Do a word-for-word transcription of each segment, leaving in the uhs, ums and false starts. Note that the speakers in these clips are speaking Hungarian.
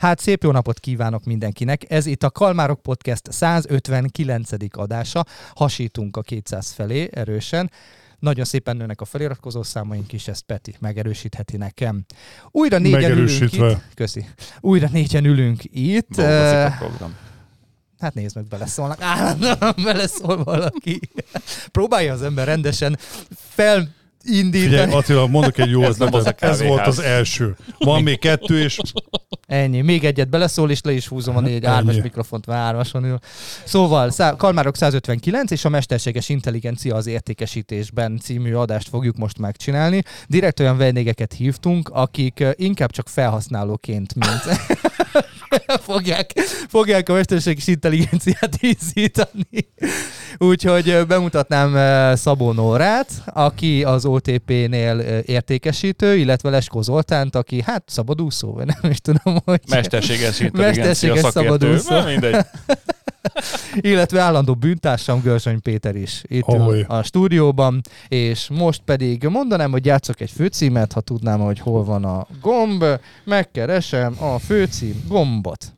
Hát szép jó napot kívánok mindenkinek. Ez itt a Kalmárok Podcast százötvenkilencedik adása. Hasítunk a kétszáz felé erősen. Nagyon szépen nőnek a feliratkozó számaink is, ezt Peti megerősítheti nekem. Újra négyen ülünk itt. Köszi. Újra négyen ülünk itt. Dolgozik a program. Hát nézd meg, beleszólnak. Állandóan beleszól valaki. Próbálja az ember rendesen fel... indítani. Figyelj, Attila, mondok egy jó ötletet. Ez volt az első. Van még kettő, és... Ennyi. Még egyet beleszól, és le is húzom a négy ármas mikrofont, már ármason ül. Szóval, szá- Kalmárok százötvenkilenc és a Mesterséges Intelligencia az értékesítésben című adást fogjuk most megcsinálni. Direkt olyan vendégeket hívtunk, akik inkább csak felhasználóként, mint... fogják, fogják a mesterséges intelligenciát ízítani. Úgyhogy bemutatnám Szabó Nórát, aki az o té pé-nél értékesítő, illetve Leskó Zoltánt, aki hát szabadúszó, vagy nem is tudom, hogy... Mesterséges intelligencia szakértő, mindegy. Illetve állandó bűntársam Görzsöny Péter is itt ül a stúdióban, és most pedig mondanám, hogy játszok egy főcímet, ha tudnám, hogy hol van a gomb, megkeresem a főcím gombot.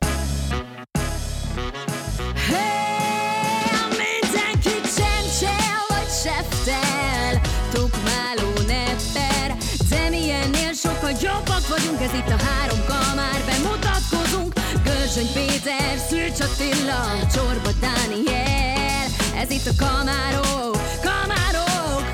Jobbak vagyunk, ez itt a három kamár, bemutatkozunk. Görzsöny Péter, Szűcs Attila, Csorba Dániel. Ez itt a Kamárok, Kamárok,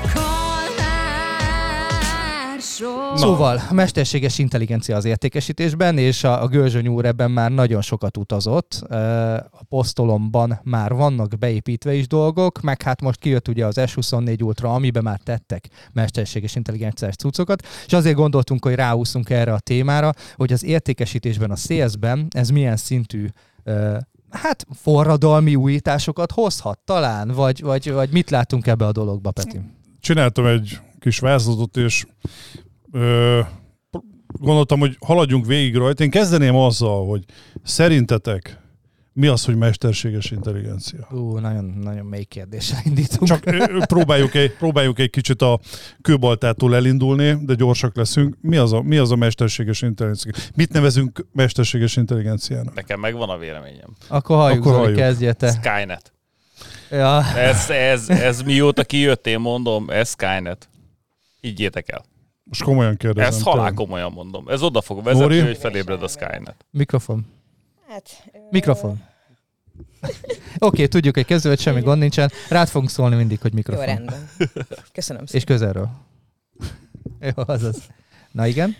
Kalmár Show. Szóval a mesterséges intelligencia az értékesítésben, és a, a Görzsöny úr ebben már nagyon sokat utazott. A posztolomban már vannak beépítve is dolgok, meg hát most kijött ugye az es huszonnégy Ultra, amiben már tettek mesterséges intelligenciás cuccokat, és azért gondoltunk, hogy ráúszunk erre a témára, hogy az értékesítésben, a szélszben ez milyen szintű hát forradalmi újításokat hozhat talán, vagy, vagy, vagy mit látunk ebbe a dologba, Peti? Csináltam egy kis vázlatot, és ö, gondoltam, hogy haladjunk végig rajta. Én kezdeném azzal, hogy szerintetek mi az, hogy mesterséges intelligencia? Ú, nagyon, nagyon mély kérdéssel indítunk. Csak próbáljuk egy, próbáljuk egy kicsit a kőbaltától elindulni, de gyorsak leszünk. Mi az a, mi az a mesterséges intelligencia? Mit nevezünk mesterséges intelligenciának? Nekem megvan a véleményem. Akkor halljuk, Akkor Zoli, kezdjete. Skynet. Ja. Ez, ez, ez mióta kijött, én mondom, ez Skynet. Higgyétek el. Most komolyan kérdezem. Ezt halál komolyan mondom. Ez oda fog vezetni, Nóri? Hogy felébred a Skynet. Mikrofon. Hát, mikrofon. Oké, okay, tudjuk, hogy kezdővet semmi gond nincsen. Rád fogunk szólni mindig, hogy mikrofon. Jó, rendben. Köszönöm szépen. És közelről. Jó, azaz. Na igen?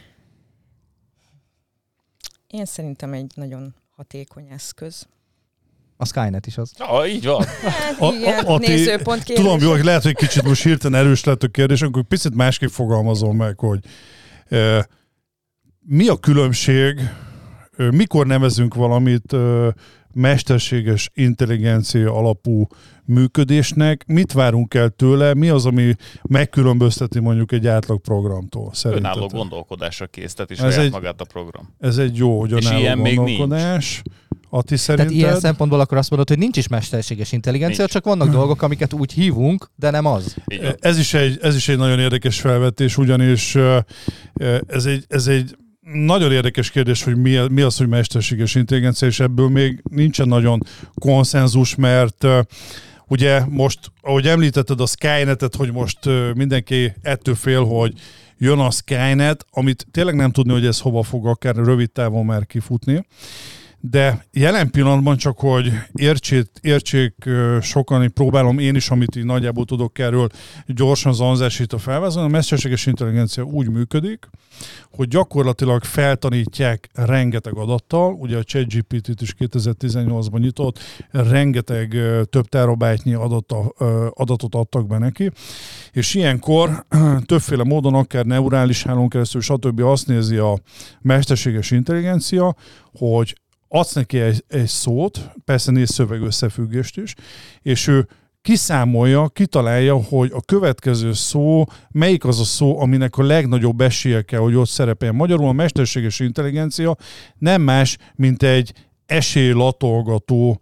Én szerintem egy nagyon hatékony eszköz. A Skynet is az. Ah, így van. Hát, igen, a, a, a nézőpont kérdés. Tudom, jó, lehet, hogy kicsit most hirtelen erős lett a kérdés, akkor picit másképp fogalmazom meg, hogy e, mi a különbség, e, mikor nevezünk valamit e, mesterséges intelligencia alapú működésnek, mit várunk el tőle, mi az, ami megkülönbözteti mondjuk egy átlag programtól? Szerintetek? Önálló gondolkodásra készteti saját egy, magát a program. Ez egy jó, hogy önálló gondolkodás. Ati, szerinted? Tehát ilyen szempontból akkor azt mondod, hogy nincs is mesterséges intelligencia, nincs. Csak vannak dolgok, amiket úgy hívunk, de nem az. Ez is egy, ez is egy nagyon érdekes felvetés, ugyanis ez egy, ez egy nagyon érdekes kérdés, hogy mi, mi az, hogy mesterséges intelligencia, és ebből még nincsen nagyon konszenzus, mert ugye most, ahogy említetted a Skynetet, hogy most mindenki ettől fél, hogy jön a Skynet, amit tényleg nem tudni, hogy ez hova fog akár rövid távon már kifutni. De jelen pillanatban csak, hogy értsék, értsék sokan, próbálom én is, amit így nagyjából tudok erről gyorsan zanzásít felvázolni, a mesterséges intelligencia úgy működik, hogy gyakorlatilag feltanítják rengeteg adattal, ugye a ChatGPT-t is kétezer-tizennyolcban nyitott, rengeteg több terabájtnyi adatot adtak be neki, és ilyenkor többféle módon, akár neurális hálón keresztül, stb. Azt nézi a mesterséges intelligencia, hogy adsz neki egy, egy szót, persze néz szövegösszefüggést is, és ő kiszámolja, kitalálja, hogy a következő szó, melyik az a szó, aminek a legnagyobb esélye kell, hogy ott szerepeljen. Magyarul a mesterséges intelligencia nem más, mint egy esélylatolgató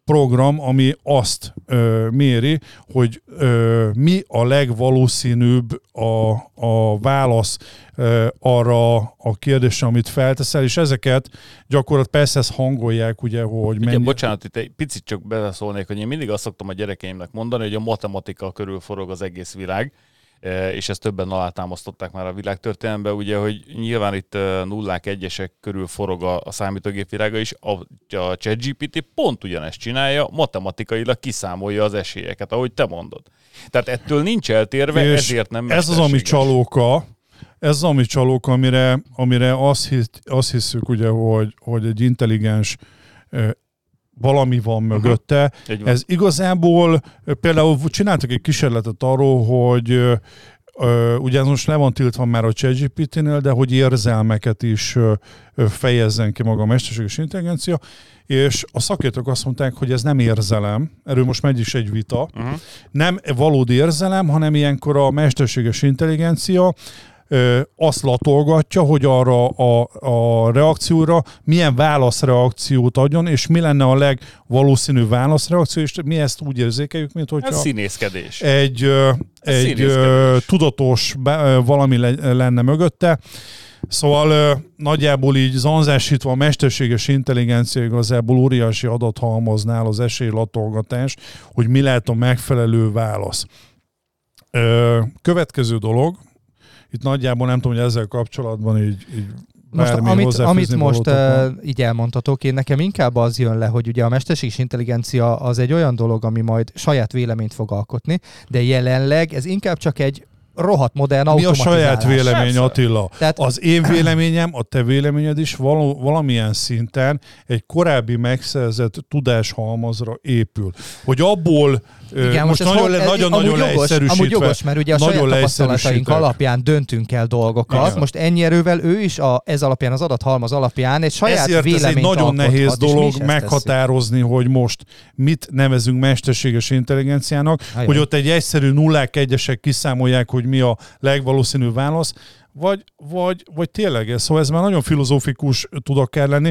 program, ami azt ö, méri, hogy ö, mi a legvalószínűbb a, a válasz ö, arra a kérdésre, amit felteszel, és ezeket gyakorlatilag persze ezt hangolják, ugye, hogy ugye, mennyi... bocsánat, itt egy picit csak beleszólnék, hogy én mindig azt szoktam a gyerekeimnek mondani, hogy a matematika körül forog az egész világ, és ezt többen alátámasztották már a világtörténelemben, ugye, hogy nyilván itt nullák, egyesek körül forog a, a számítógép világa is, a, a ChatGPT pont ugyanezt csinálja, matematikailag kiszámolja az esélyeket, ahogy te mondod. Tehát ettől nincs eltérve, és ezért nem ez az, ami csalóka, ez az, ami csalóka, amire, amire azt, hisz, azt hiszük, ugye, hogy, hogy egy intelligens valami van mögötte. Uh-huh. Ez igazából, például csináltak egy kísérletet arról, hogy ö, ugye ez most le van tiltva már a ChatGPT-nél, de hogy érzelmeket is ö, fejezzen ki maga a mesterséges intelligencia, és a szakértők azt mondták, hogy ez nem érzelem, erről most megy is egy vita, uh-huh. nem valódi érzelem, hanem ilyenkor a mesterséges intelligencia Ö, azt latolgatja, hogy arra a, a reakcióra milyen válaszreakciót adjon, és mi lenne a legvalószínűbb válaszreakció, és mi ezt úgy érzékeljük, mint hogyha... Ez színészkedés. Egy, ö, egy színészkedés. Ö, tudatos be, valami le, lenne mögötte. Szóval ö, nagyjából így zanzásítva a mesterséges intelligencia igazából óriási adathalmaznál az esélylatolgatás, hogy mi lehet a megfelelő válasz. Ö, következő dolog, itt nagyjából nem tudom, hogy ezzel kapcsolatban így, így most, amit, amit most uh, így elmondhatok, én nekem inkább az jön le, hogy ugye a mesterséges intelligencia az egy olyan dolog, ami majd saját véleményt fog alkotni, de jelenleg ez inkább csak egy rohadt modern automatizálás. Mi a saját vélemény, Attila? Tehát... Az én véleményem, a te véleményed is való, valamilyen szinten egy korábbi megszerzett tudáshalmazra épül. Hogy abból igen, most, most nagyon-nagyon nagyon leegyszerűsítve. Amúgy jogos, mert ugye a saját tapasztalataink alapján döntünk el dolgokat. Igen. Most ennyi erővel ő is a, ez alapján, az adathalmaz alapján egy saját ezért véleményt ez egy nagyon nehéz dolog meghatározni, tesszük. Hogy most mit nevezünk mesterséges intelligenciának, Ajaj. hogy ott egy egyszerű nullák, egyesek kiszámolják, hogy mi a legvalószínűbb válasz, vagy, vagy, vagy tényleg ez. Szóval ez már nagyon filozófikus tud akár lenni.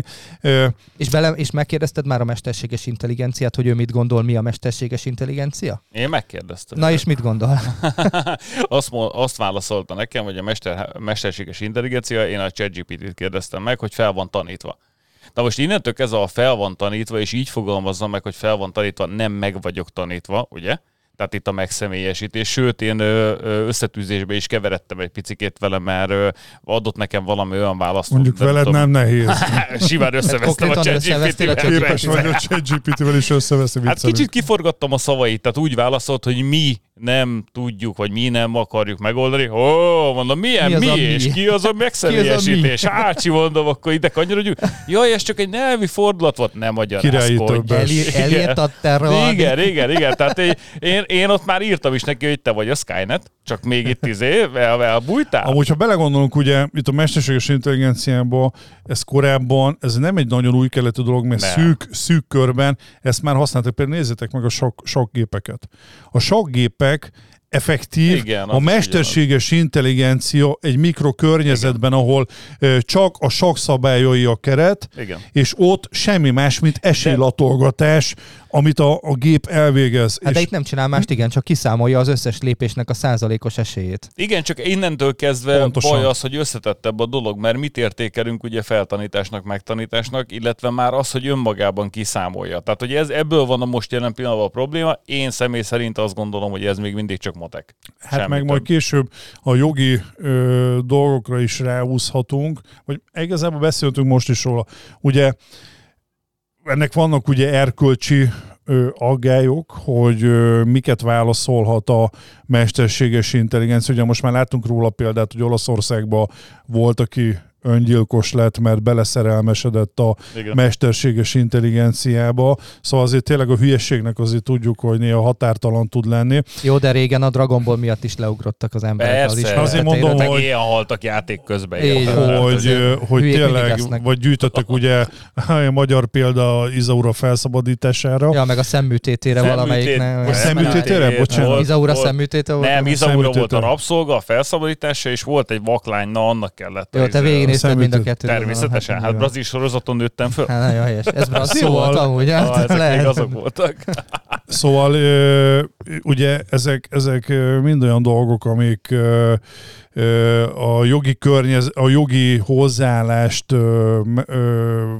És, bele, és megkérdezted már a mesterséges intelligenciát, hogy ő mit gondol, mi a mesterséges intelligencia? Én megkérdeztem. Na és mit gondol? azt, azt válaszolta nekem, hogy a mester, mesterséges intelligencia, én a ChatGPT-t kérdeztem meg, hogy fel van tanítva. Na most innentől kezdve a fel van tanítva, és így fogalmazzam meg, hogy fel van tanítva, nem meg vagyok tanítva, ugye? Tehát itt a megszemélyesítés. Sőt, én összetűzésbe is keveredtem egy picikét vele, mert adott nekem valami olyan választ. Mondjuk veled nem, nem nehéz. Simán összevesztem a ChatGPT-vel. Képes vagy a ChatGPT-vel is összeveszni. Hát kicsit kiforgattam a szavait, tehát úgy válaszolt, hogy mi nem tudjuk, vagy mi nem akarjuk megoldani. Ó, mondom, milyen mi, mi, mi? És ki az a megszemélyesítés? Ácsi, mondom, akkor ide kanyarodjuk. Jaj, ez csak egy nyelvi fordulat volt. Nem magyarázkodj. Elért a terror. Igen, igen, igen. Tehát én, én, én ott már írtam is neki, hogy te vagy a Skynet, csak még itt izé, elbújtál. Amúgy, ha belegondolunk, ugye itt a mesterséges intelligenciában, ez korábban, ez nem egy nagyon új keletű dolog, mert szűk, szűk körben ezt már használtak. Például nézzétek meg a sok, sok gépeket. A sok gépek effektív, igen, a mesterséges ugyanaz. Intelligencia egy mikrokörnyezetben, igen. ahol ö, csak a sok szabályai a keret, igen. és ott semmi más, mint esélylatolgatás, amit a, a gép elvégez. Hát és... de itt nem csinál mást, igen, csak kiszámolja az összes lépésnek a százalékos esélyét. Igen, csak innentől kezdve pontosan. Baj az, hogy összetettebb a dolog, mert mit értékelünk ugye feltanításnak, megtanításnak, illetve már az, hogy önmagában kiszámolja. Tehát, hogy ez, ebből van a most jelen pillanatban a probléma. Én személy szerint azt gondolom, hogy ez még mindig csak matek. Hát semmi meg több. Majd később a jogi ö, dolgokra is ráúszhatunk, vagy igazából beszéltünk most is róla. Ugye ennek vannak ugye erkölcsi ö, aggályok, hogy ö, miket válaszolhat a mesterséges intelligencia. Ugye most már láttunk róla példát, hogy Olaszországban volt, aki öngyilkos lett, mert beleszerelmesedett a igen. mesterséges intelligenciába. Szóval azért tényleg a hülyeségnek azért tudjuk, hogy néha határtalan tud lenni. Jó, de régen a Dragon Ball miatt is leugrottak az emberek. Persze, az azért mondom, hogy ilyen haltak játék közben. Így, hogy, hogy tényleg, vagy gyűjtöttek ugye a magyar példa Izaura felszabadítására. Ja, meg a szemműtétére valamelyik. A szemműtétére? Bocsánat. Izaura szemműtéte volt? Nem, Izaura volt a rabszolga, a felszabadítása, és volt egy vaklány, na annak kellett. Jó, te végignézted megnézted mind a kettőt. Természetesen, hát brazil sorozaton nőttem föl. Hát nagyon helyes. Ez brazil Szóval- volt amúgy. Ah, Hát, ezek lehet. még azok voltak. Szóval ö, ugye ezek, ezek ö, mind olyan dolgok, amik ö, ö, a jogi környez, a jogi hozzáállást ö, ö,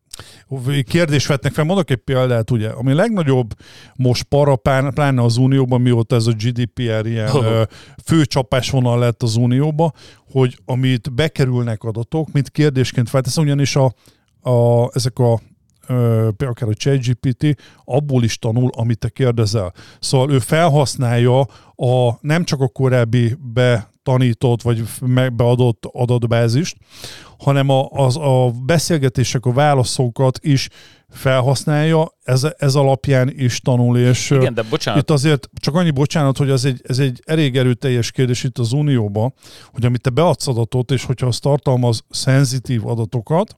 kérdést vetnek fel. Mondok egy példát, ugye, ami legnagyobb most para, pláne az Unióban, mióta ez a gé dé pé er ilyen oh. fő csapásvonal lett az Unióba, hogy amit bekerülnek adatok, mint kérdésként felteszem, ugyanis a, a, ezek a akár a ChatGPT abból is tanul, amit te kérdezel. Szóval ő felhasználja a, nem csak a korábbi betanított vagy beadott adatbázist, hanem a, az, a beszélgetések, a válaszokat is felhasználja, ez, ez alapján is tanul, és igen, de bocsánat. Itt azért csak annyi bocsánat, hogy ez egy, ez egy elég erőteljes kérdés itt az Unióban, hogy amit te beadsz adatot, és hogyha az tartalmaz szenzitív adatokat,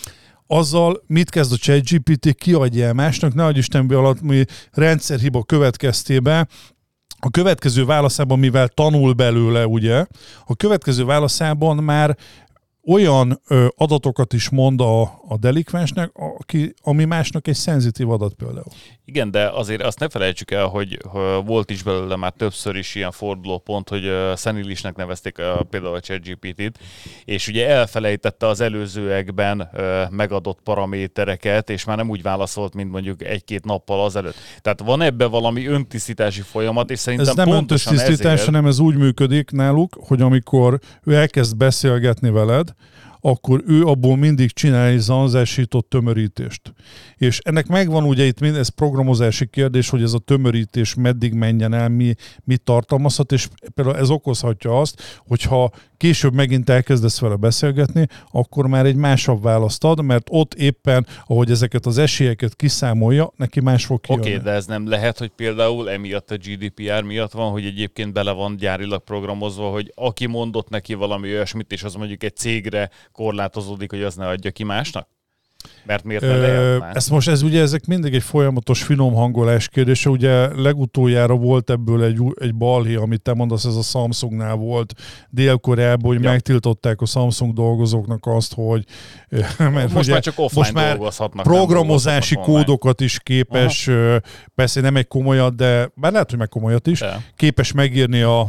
azzal mit kezd a ChatGPT, kiadja el másnak, ne adj Istenbe alatt, mi rendszerhiba következtében a következő válaszában, mivel tanul belőle, ugye, a következő válaszában már olyan ö, adatokat is mond a, a delikvensnek, aki, ami másnak egy szenzitív adat például. Igen, de azért azt ne felejtsük el, hogy, hogy volt is belőle már többször is ilyen fordulópont, hogy uh, szenilisnek nevezték uh, például a ChatGPT-t, és ugye elfelejtette az előzőekben uh, megadott paramétereket, és már nem úgy válaszolt, mint mondjuk egy-két nappal azelőtt. Tehát van ebben valami öntisztítási folyamat, és szerintem ez nem pontosan öntisztítás, ezért... hanem ez úgy működik náluk, hogy amikor ő elkezd beszélgetni veled, akkor ő abból mindig csinál egy zanzásított tömörítést. És ennek megvan ugye itt mind, ez programozási kérdés, hogy ez a tömörítés meddig menjen el, mi, mit tartalmazhat, és például ez okozhatja azt, hogyha később megint elkezdesz vele beszélgetni, akkor már egy másabb választ ad, mert ott éppen, ahogy ezeket az esélyeket kiszámolja, neki más fog kijönni. Oké, okay, de ez nem lehet, hogy például emiatt a gé dé pé er miatt van, hogy egyébként bele van gyárilag programozva, hogy aki mondott neki valami olyasmit, és az mondjuk egy cégre korlátozódik, hogy az ne adja ki másnak? Mert miért ne lehetne? Ezt most, ez ugye ezek mindig egy folyamatos finom hangolás kérdése. Ugye legutoljára volt ebből egy, egy balhé, amit te mondasz, ez a Samsungnál volt Dél-Koreában, hogy ja. megtiltották a Samsung dolgozóknak azt, hogy mert most már csak offline most már dolgozhatnak. Programozási kódokat is képes, aha. persze nem egy komolyat, de bár lehet, hogy meg komolyat is, de. képes megírni a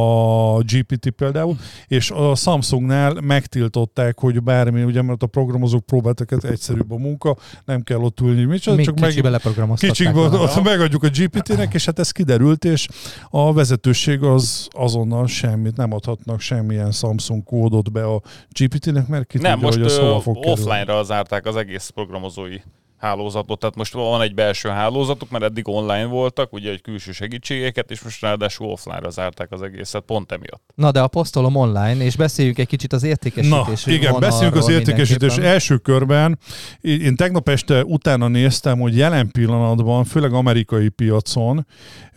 a gé pé té például, és a Samsungnál megtiltották, hogy bármi, ugye, mert a programozók próbáltak, egyszerűbb a munka, nem kell ott ülni, mit csak kicsibe leprogramoztatták. Kicsikbe ott megadjuk a gé pé té-nek, és hát ez kiderült, és a vezetőség az azonnal semmit, nem adhatnak semmilyen Samsung kódot be a gé pé té-nek, mert ki nem, tudja, hogy az hova fog kerülni. Offline-ra zárták az egész programozói hálózatot, tehát most van egy belső hálózatuk, mert eddig online voltak, ugye egy külső segítségeket, és most ráadásul offline-ra zárták az egészet, pont emiatt. Na, de a posztolom online, és beszéljünk egy kicsit az értékesítés. Na, igen, beszéljünk az értékesítés első körben. Én tegnap este utána néztem, hogy jelen pillanatban, főleg amerikai piacon,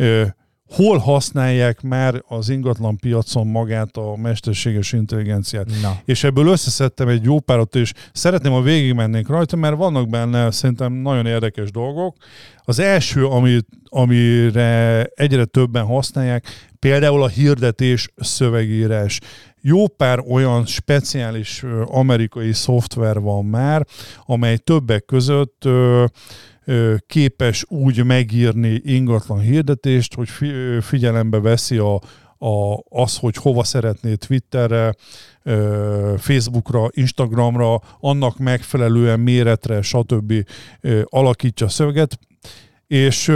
hol használják már az ingatlan piacon magát a mesterséges intelligenciát. Na. És ebből összeszedtem egy jó párat, és szeretném, ha végigmennénk rajta, mert vannak benne szerintem nagyon érdekes dolgok. Az első, ami, amire egyre többen használják, például a hirdetés szövegírás. Jó pár olyan speciális amerikai szoftver van már, amely többek között képes úgy megírni ingatlan hirdetést, hogy figyelembe veszi a, a, az, hogy hova szeretné Twitterre, Facebookra, Instagramra, annak megfelelően méretre, stb. Alakítja a szöveget, és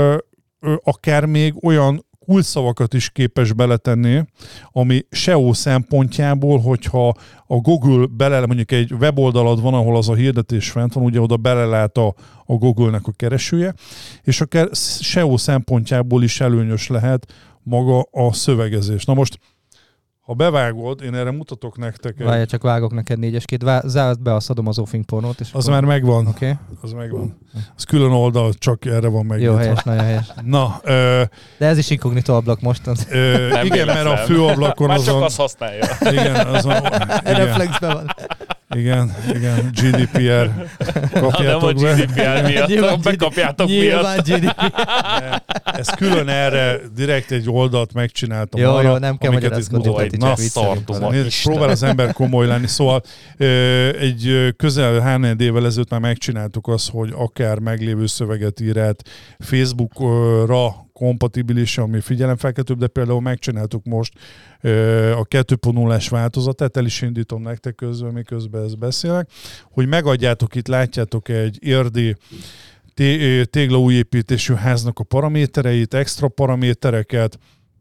akár még olyan kulcsszavakat is képes beletenni, ami es e o szempontjából, hogyha a Google bele, mondjuk egy weboldalad van, ahol az a hirdetés fent van, ugye oda belelát a, a Google-nek a keresője, és akár es e o szempontjából is előnyös lehet maga a szövegezés. Na most, ha bevágod, én erre mutatok nektek. Várjál, csak vágok neked négyeskét, zárt be, azt adom az offing pornót. És az akkor... már megvan. Oké. Okay. Az megvan. Az külön oldal, csak erre van meg. Jó, helyes, nagyon helyes. Na, ö, de ez is inkognitó ablak mostan. Ö, igen, mert a főablakon már azon... Már csak azt használja. Igen, azon... Reflexben van. Igen, igen, gé dé pé er kapjátok Na, nem a be. gé dé pé er miatt, bekapjátok miatt. gé dé pé er. Ez külön erre direkt egy oldalt megcsináltam. Jó, arra, jó, nem kell amiket magyarázkodni. itt Vagy, mutatni. na, Csak viccelünk szartom vele. a Nézd, Isten. próbál az ember komoly lenni. Szóval ö, egy ö, közel három évvel ezelőtt már megcsináltuk azt, hogy akár meglévő szöveget ír át Facebookra kompatibilis, ami figyelemfelkeltőbb, de például megcsináltuk most ö, a kettő pont nullás változatát, el is indítom nektek közben, miközben ezt beszélek, hogy megadjátok itt, látjátok egy érdi té- téglaújépítésű háznak a paramétereit, extra paramétereket,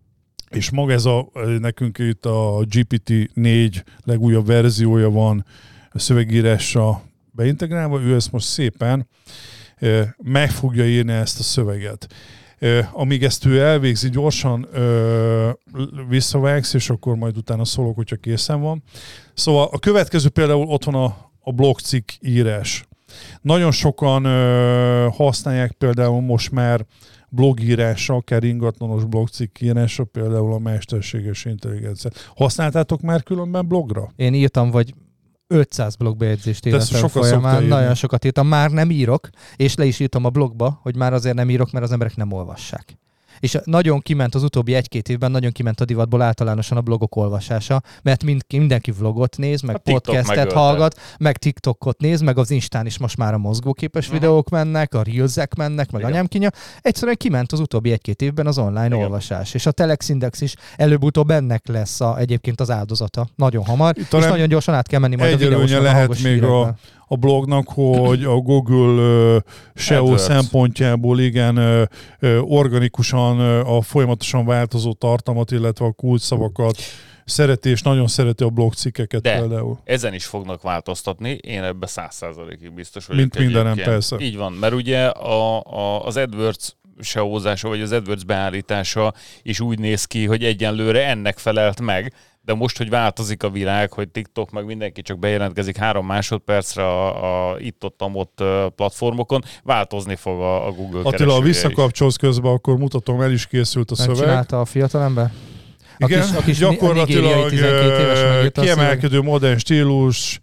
és maga ez a, nekünk itt a gé pé té négy legújabb verziója van szövegírásra beintegrálva, ő ezt most szépen ö, meg fogja írni ezt a szöveget. Uh, amíg ezt ő elvégzi, gyorsan uh, visszavágsz, és akkor majd utána szólok, hogyha készen van. Szóval a következő például ott van a, a blogcikk írás. Nagyon sokan uh, használják például most már blogírásra, akár ingatlanos blogcikk írásra, például a mesterséges intelligenciát. Használtátok már különben blogra? Én írtam, vagy ötszáz blogbejegyzést életem sokat folyamán, szoktál írni. nagyon sokat írtam, már nem írok, és le is írtam a blogba, hogy már azért nem írok, mert az emberek nem olvassák. És nagyon kiment az utóbbi egy-két évben, nagyon kiment a divatból általánosan a blogok olvasása, mert mind, mindenki vlogot néz, meg A TikTok podcastet megölte. hallgat, meg TikTokot néz, meg az Instán is most már a mozgóképes Aha. videók mennek, a Reelsek mennek, meg Igen. anyámkinya. Egyszerűen kiment az utóbbi egy-két évben az online Igen. olvasás. És a Telex Index is előbb-utóbb ennek lesz a, egyébként az áldozata. Nagyon hamar, és Talán nagyon gyorsan át kell menni majd a egy videós, előnye meg a lehet hangos még hírekben. a, a blognak, hogy a Google uh, es e o AdWords. szempontjából igen uh, uh, organikusan uh, a folyamatosan változó tartalmat, illetve a kulcsszavakat szereti, és nagyon szereti a blogcikkeket De. például. Ezen is fognak változtatni, én ebbe száz százalékig biztos vagyok. Mint mindenem, egyébként. persze. Így van, mert ugye a, a, az AdWords es e o-zása, vagy az AdWords beállítása is úgy néz ki, hogy egyenlőre ennek felelt meg, de most, hogy változik a világ, hogy TikTok meg mindenki csak bejelentkezik három másodpercre a, a itt-ott-ott platformokon, változni fog a, a Google Attila, ha keresője is. visszakapcsolsz közben, akkor mutatom, el is készült a szöveg. Megcsinálta a fiatalember? A Igen, kis- a kis gyakorlatilag nigériai tizenkét éves ö, megírta a kiemelkedő modern stílus,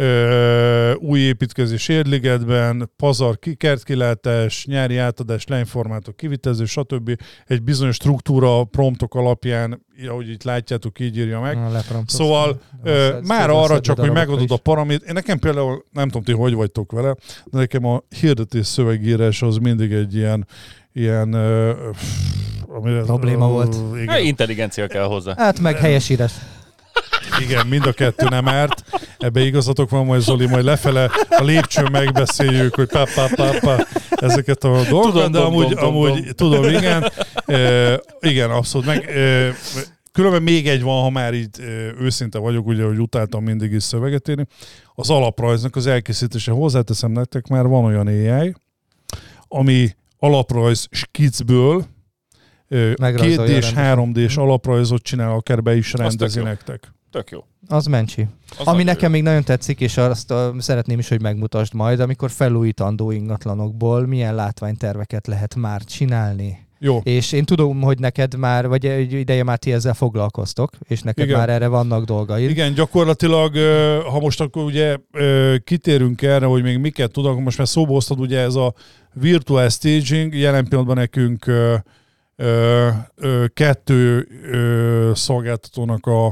ö, új építkezés Érligetben, pazar ki- kertkilátás, nyári átadás, lányformátok kivitelező, stb. Egy bizonyos struktúra promptok alapján, ahogy itt látjátok, így írja meg. Na, lepromptoztam. Szóval Na, ö, szed- már szedve- arra szedve csak, hogy darabokra megadod is. a paramét. Én nekem például, nem tudom ti, hogy vagytok vele, de nekem a hirdetés szövegírás az mindig egy ilyen, ilyen ö, pff, amire, Probléma volt. ö, Ja, Igen. intelligencia kell hozzá. Hát meg helyesírás. Igen, mind a kettő nem árt. Ebbe igazatok van, majd Zoli, majd lefele a lépcsőn megbeszéljük, hogy pá, pá, pá, pá, ezeket a dolgokat, Tudom, de dom, amúgy, dom, dom, amúgy dom. tudom, igen. E, igen, abszolút. Meg, e, különben még egy van, ha már így e, őszinte vagyok, ugye, hogy utáltam mindig is szöveget írni. Az alaprajznak az elkészítése. Hozzáteszem nektek, már van olyan á i, ami alaprajz skicből Megrajzolja két dés, rendesen. három dés alaprajzot csinál, akár be is rendezi tök jó. nektek. Tök jó. Az mencsi. Az Ami nagyon nekem jó. még nagyon tetszik, és azt uh, szeretném is, hogy megmutasd majd, amikor felújítandó ingatlanokból milyen látványterveket lehet már csinálni. Jó. És én tudom, hogy neked már, vagy egy ideje már ti ezzel foglalkoztok, és neked Igen. már erre vannak dolgaid. Igen, gyakorlatilag, ö, ha most akkor ugye ö, kitérünk erre, hogy még miket tudok, most már szóba hoztad, ugye ez a virtual staging, jelen pillanatban nekünk ö, ö, ö, kettő ö, szolgáltatónak a,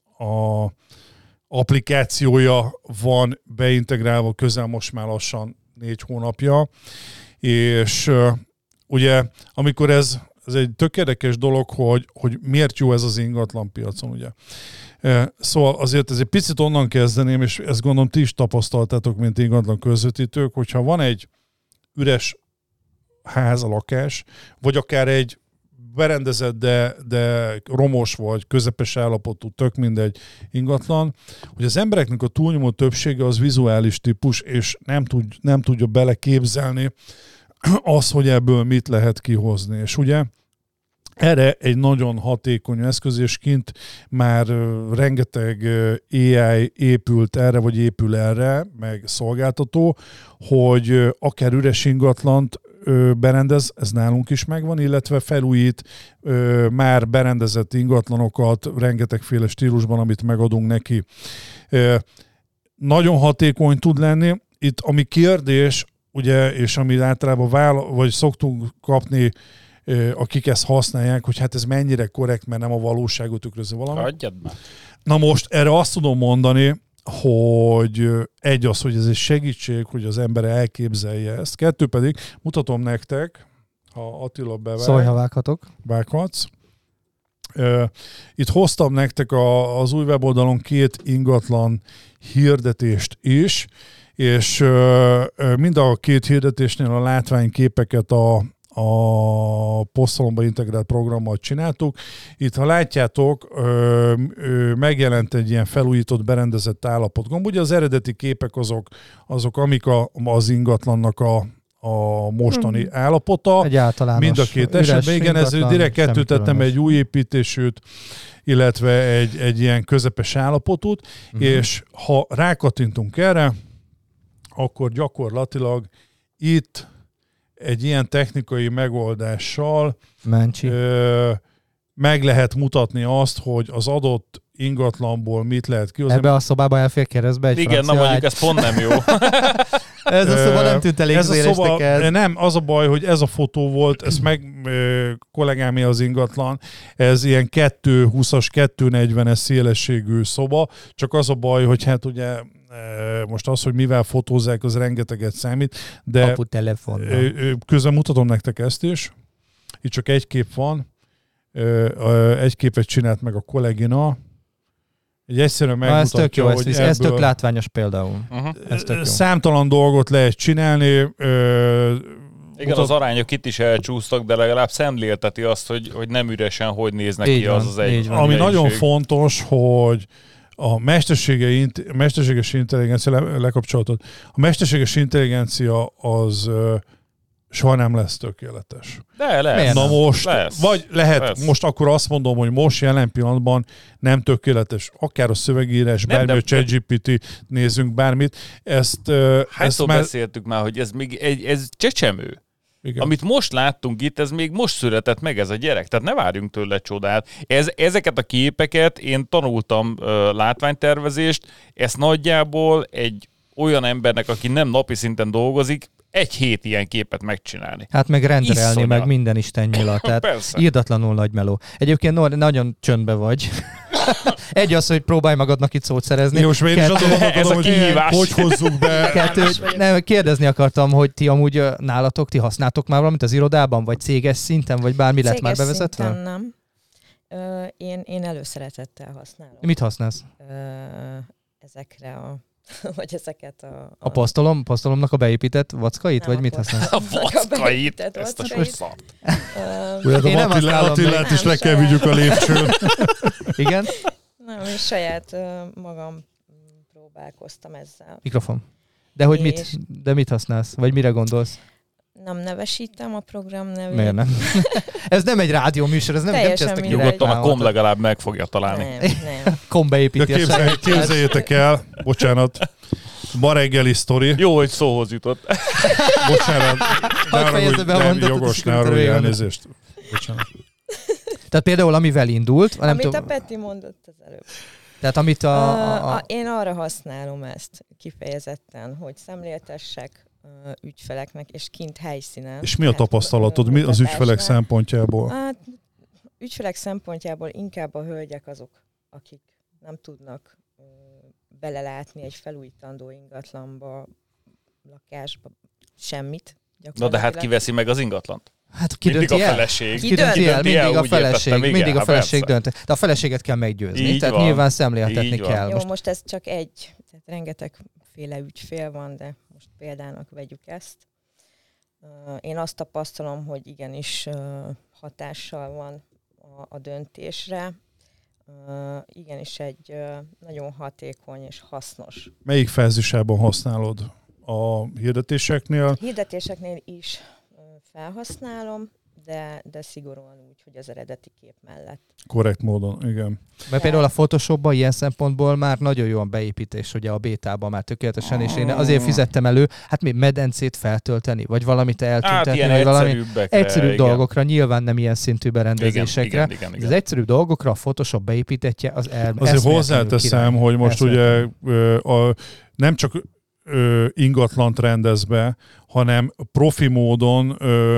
a applikációja van beintegrálva közel most már lassan négy hónapja, és ö, ugye amikor ez, ez egy tök érdekes dolog, hogy, hogy miért jó ez az ingatlan piacon, ugye. Szóval azért ez egy picit onnan kezdeném, és ezt gondolom ti is tapasztaltátok, mint ingatlan közvetítők, hogyha van egy üres ház, a lakás, vagy akár egy berendezett, de, de romos vagy közepes állapotú, tök mindegy ingatlan, hogy az embereknek a túlnyomó többsége az vizuális típus, és nem, tud, nem tudja beleképzelni az, hogy ebből mit lehet kihozni. És ugye erre egy nagyon hatékony eszköz, és kint már rengeteg á i épült erre, vagy épül erre, meg szolgáltató, hogy akár üres ingatlant berendez, ez nálunk is megvan, illetve felújít már berendezett ingatlanokat rengetegféle stílusban, amit megadunk neki. nagyon hatékony tud lenni. Itt ami kérdés, ugye, és amit általában vála- vagy szoktunk kapni, akik ezt használják, hogy hát ez mennyire korrekt, mert nem a valóságot tükrözi valami. Adjad már. Na most erre azt tudom mondani, hogy egy az, hogy ez egy segítség, hogy az ember elképzelje ezt. Kettő pedig, mutatom nektek, ha Attila bevág. Szólj, ha vághatok. Vághatsz. Itt hoztam nektek a, az új weboldalon két ingatlan hirdetést is, és mind a két hirdetésnél a látványképeket a a posztalomba integrált programmal csináltuk. Itt, ha látjátok, ö, ö, megjelent egy ilyen felújított, berendezett állapotgomb. Ugye az eredeti képek azok, azok amik a, az ingatlannak a, a mostani hmm. állapota. Egy általános. Mind a két esetben. Igen, ez direkt kettőtettem egy új építésűt, illetve egy, egy ilyen közepes állapotút, hmm. és ha rákattintunk erre, akkor gyakorlatilag itt egy ilyen technikai megoldással ö, meg lehet mutatni azt, hogy az adott ingatlanból mit lehet kihozni. Ebbe a szobába elfér keresztbe egy igen, na mondjuk ez pont nem jó. Ez a szoba nem tűnt elég ez a szoba, ez. Nem, az a baj, hogy ez a fotó volt, ez meg ö, kollégámé az ingatlan, ez ilyen kettő húszas, kettő negyvenes szélességű szoba, csak az a baj, hogy hát ugye most az, hogy mivel fotózzák, az rengeteget számít, de Apu telefonnal. Közben mutatom nektek ezt is. Itt csak egy kép van. Egy képet csinált meg a kollégina. Egy egyszerűen megmutatja, ez tök jó, hogy ez, ebből ez tök látványos például. Uh-huh. Ez tök jó. Számtalan dolgot lehet csinálni. Igen, mutat... az arányok itt is elcsúsztak, de legalább szemlélteti azt, hogy, hogy nem üresen hogy néznek így ki van, az az egy. Ami nagyon fontos, hogy a mesterséges intelligencia le, lekapcsolatot. A mesterséges intelligencia az uh, soha nem lesz tökéletes. De lesz. Na most, lesz. vagy lehet, lesz. most akkor azt mondom, hogy most jelen pillanatban nem tökéletes. Akár a szövegírás, bármi, a ChatGPT, nézzünk bármit. Ezt, uh, Hányszor már... beszéltük már, hogy ez még egy, ez csecsemő. Igen. Amit most láttunk itt, ez még most született meg ez a gyerek, tehát ne várjunk tőle csodát. Ez, ezeket a képeket én tanultam uh, látványtervezést, ezt nagyjából egy olyan embernek, aki nem napi szinten dolgozik, egy hét ilyen képet megcsinálni. Hát meg renderelni, Iszonyat. meg minden isten nyilat, tehát írdatlanul nagy meló. Egyébként no, nagyon csöndbe vagy. Egy az, hogy próbálj magadnak itt szót szerezni. Jó, most én is azon ez a kihívás. Hogy hozzuk be. Kettő, nem, kérdezni akartam, hogy ti amúgy nálatok, ti használtok már valamit az irodában, vagy céges szinten, vagy bármi lett már bevezetve? Céges szinten nem. Ö, én, én előszeretettel használom. Mit használsz? Ö, ezekre a vagy ezeket a... A, a posztolom, posztolomnak a beépített vackait, nem, vagy mit használsz? A vackait? Ezt a szart. Olyan a Attilát is le kell vigyük a lépcsőn. Igen? Nem, én saját uh, magam próbálkoztam ezzel. Mikrofon. De hogy mit, de mit használsz? Vagy mire gondolsz? Nem nevesítem a program nevét. Miért nem? Ez nem egy rádió műsor, ez nem, nem kezdtek nyugodtan a kom legalább meg fogja találni. Nem, nem. Kom beépíti. Képzelj, képzeljétek el, bocsánat, ma reggeli sztori. Jó, hogy szóhoz jutott. Bocsánat. Hadd fejezze be a mondatot. Jogos, ne arra, hogy elnézést. Bocsánat. Tehát például ami indult... Amit nem a Peti mondott az előbb. Tehát amit a, a, a... Én arra használom ezt kifejezetten, hogy szemléltessek ügyfeleknek, és kint helyszínen. És mi a tapasztalatod mi az ügyfelek szempontjából? Hát, ügyfelek szempontjából inkább a hölgyek azok, akik nem tudnak uh, belelátni egy felújítandó ingatlanba, lakásba, semmit. Na de hát ki veszi meg az ingatlant? Hát ki mindig dönti a el? feleség. Ki dönti el? Mindig a feleség, értettem, mindig igen, a feleség persze. dönt. De a feleséget kell meggyőzni, így tehát van. nyilván szemléltetni Így kell. Jó, most. most ez csak egy, tehát rengetegféle ügyfél van, de most példának vegyük ezt. Én azt tapasztalom, hogy igenis hatással van a, a döntésre. Igenis egy nagyon hatékony és hasznos. Melyik fázisában használod? A hirdetéseknél? Hirdetéseknél is felhasználom, de, de szigorúan úgy, hogy az eredeti kép mellett. Korrekt módon, igen. Mert például a Photoshopban ilyen szempontból már nagyon jó a beépítés, ugye a bétában már tökéletesen, és én azért fizettem elő, hát mi medencét feltölteni, vagy valamit eltüntetni, hát vagy valami egyszerűbb igen. dolgokra, nyilván nem ilyen szintű berendezésekre. Igen, igen, igen, igen. Az egyszerűbb dolgokra a Photoshop beépítetje az el. Azért hozzáteszem, hogy most ugye a, nem csak ö, ingatlant rendez be, hanem profi módon,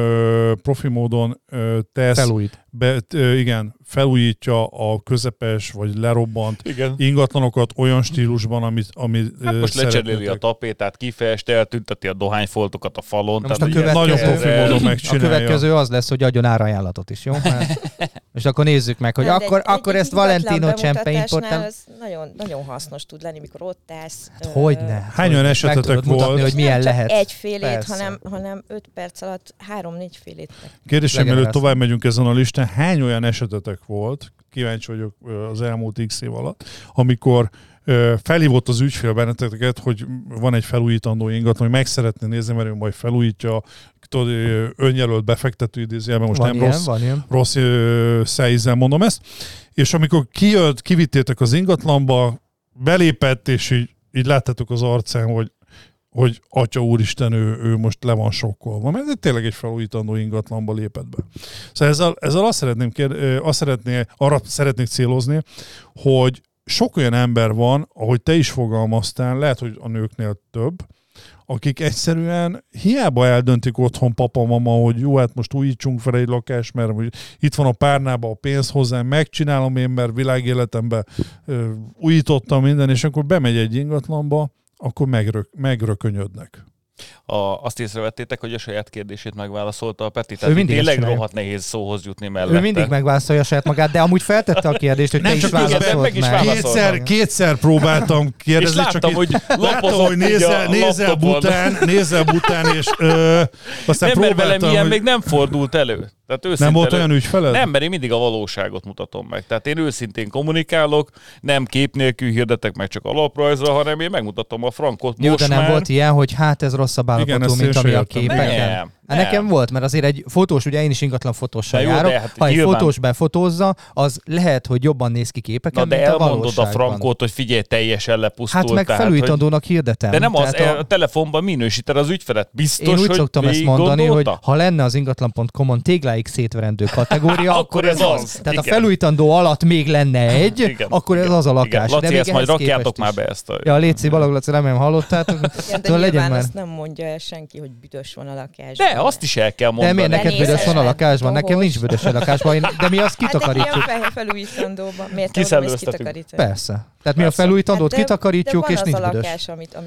ö, profi módon ö, tesz, felújít. Be, ö, igen, felújítja a közepes vagy lerobbant igen. ingatlanokat olyan stílusban, amit, amit hát most lecseréli a tapétát, kifest, eltünteti a dohányfoltokat a falon. Most a következő, nagyon profi módon megcsinálja. A következő az lesz, hogy adjon árajánlatot is, jó? Mert, és akkor nézzük meg, hogy de akkor, egy, akkor egy ezt Valentino Csempe importál. Ez nagyon, nagyon hasznos tud lenni, mikor ott állsz. Hát hogyne. Hány olyan esetetek volt? Mutatni, hogy milyen nem lehet. Egy félét, hanem, hanem öt perc alatt három-négy félét. Kérdésem, mielőtt tovább megyünk ezen a listán, hány olyan esetetek volt, kíváncsi vagyok az elmúlt x év alatt, amikor felhívott az ügyfél benneteket, hogy van egy felújítandó ingatlan, hogy meg szeretné nézni, mert ő majd felújítja, tudod, önjelölt befektető idézőjelben, most van nem ilyen, rossz, rossz szájízzel mondom ezt, és amikor kijött, kivittétek az ingatlanba, belépett, és így, így láttátok az arcán, hogy hogy atya úristen, ő, ő most le van sokkolva, mert tényleg egy felújítandó ingatlanba lépett be. Szóval ezzel, ezzel azt, szeretném kér, azt szeretné, arra szeretnék célozni, hogy sok olyan ember van, ahogy te is fogalmaztál, lehet, hogy a nőknél több, akik egyszerűen hiába eldöntik otthon papa, mama, hogy jó, hát most újítsunk fel egy lakást, mert itt van a párnában a pénz hozzám, megcsinálom én, mert világéletemben ö, újítottam minden, és akkor bemegy egy ingatlanba, akkor megrök, megrökönyödnek. A, azt észrevettétek, hogy a saját kérdését megválaszolta a Peti, tehát tényleg rohadt nehéz szóhoz jutni mellette. Ő mindig megválaszolja saját magát, de amúgy feltette a kérdést, hogy nem te is válaszolt meg. Kétszer, kétszer próbáltam kérdezni, és láttam, csak hogy láttam, hogy nézel, nézel bután, nézel bután, és ö, aztán nem, mert velem ilyen hogy... még nem fordult elő. Tehát nem volt olyan ügyfeled? Nem, mert én mindig a valóságot mutatom meg. Tehát én őszintén kommunikálok, nem kép nélkül hirdetek meg csak alaprajzra, hanem én megmutatom a frankot. Jó, most de nem már... volt ilyen, hogy hát ez rosszabb állapotú, mint ami a képeken. Nem, hát nekem volt, mert azért egy fotós, ugye én is ingatlan fotóssal járok, hát ha egy nyilván... fotós befotózza, az lehet, hogy jobban néz ki képeken, Na, de mint a elmondod valóságban. a frankot, hogy figyelj, teljesen lepusztult. Hát meg tehát, felújítandónak hogy... hirdetem. De nem az, a... a telefonban minősíted az ügyfelet. Biztos, én úgy hogy szoktam ezt mondani, hogy ha lenne az ingatlan pont com-on tégláig szétverendő kategória, akkor ez az. az. Tehát igen. A felújítandó alatt még lenne egy, igen. akkor ez igen. az a lakás. Igen. Laci, de ezt majd rakjátok már be ezt a... Ja, léci, Balog Laci, remélem hallottátok. Igen, de nyilván azt nem mondja el senki, hogy büdös van a lakásban. De azt is el kell mondani. De miért neked büdös van a lakásban? Nekem nincs büdös a lakásban, de mi azt kitakarítjuk. Hát egy felújítandóban. Miért kiszellőztetünk? Persze. Tehát mi a felújítandót kitakarítjuk, és nincs büdös.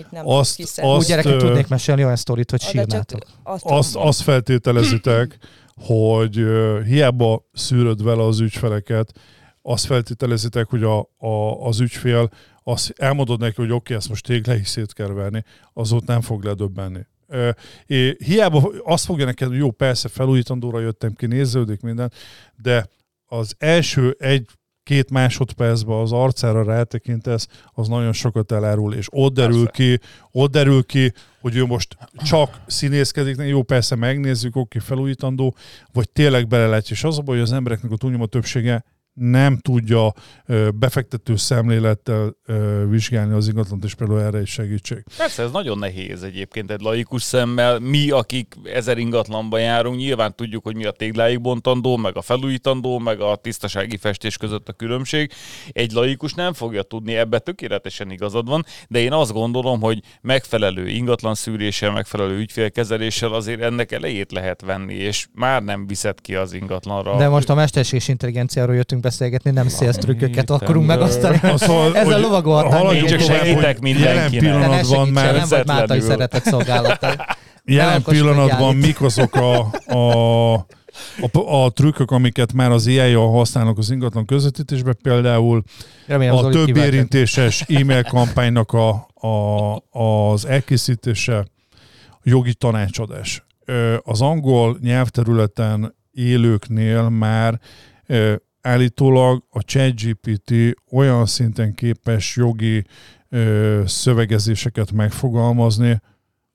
Úgy gyerekek tudnék mesélni olyan sztorit, hogy sírnátok. Azt feltételezitek, hogy uh, hiába szűröd vele az ügyfeleket, azt feltételezitek, hogy a, a, az ügyfél, azt elmondod neki, hogy oké, okay, ezt most tégláig szét kell verni, az ott nem fog ledöbbenni. Uh, és hiába azt fogja neked, hogy jó, persze felújítandóra jöttem ki, néződik minden, de az első egy két másodpercben az arcára rátekintesz, az nagyon sokat elárul, és ott derül ki, ott derül ki, hogy ő most csak színészkedik, jó, persze megnézzük, oké, felújítandó, vagy tényleg belelátsz, és az a baj, hogy az embereknek a túlnyomó többsége nem tudja ö, befektető szemlélettel ö, vizsgálni az ingatlant, és például erre is segítség. Persze, ez nagyon nehéz egyébként egy laikus szemmel. Mi, akik ezer ingatlanban járunk, nyilván tudjuk, hogy mi a tégláig bontandó, meg a felújítandó, meg a tisztasági festés között a különbség. Egy laikus nem fogja tudni, ebbe tökéletesen igazad van, de én azt gondolom, hogy megfelelő ingatlan szűréssel, megfelelő ügyfélkezeléssel azért ennek elejét lehet venni, és már nem viszed ki az ingatlanra. De most a mesterséges intelligenciáról jöttünk beszélgetni, nem sales trükköket akarunk megosztani. Szóval, ezzel lovagolhatnánk. Én csak segítek mindenkinek. Jelen pillanatban már nem vagy Máltai szeretett szolgálattal. Jelen pillanatban mik azok a, a, a, a trükkök, amiket már az á i-jal használnak az ingatlan közvetítésben, például remélem, a több érintéses e-mail kampánynak a, a, az elkészítése, jogi tanácsadás. Az angol nyelvterületen élőknél már állítólag a ChatGPT olyan szinten képes jogi ö, szövegezéseket megfogalmazni,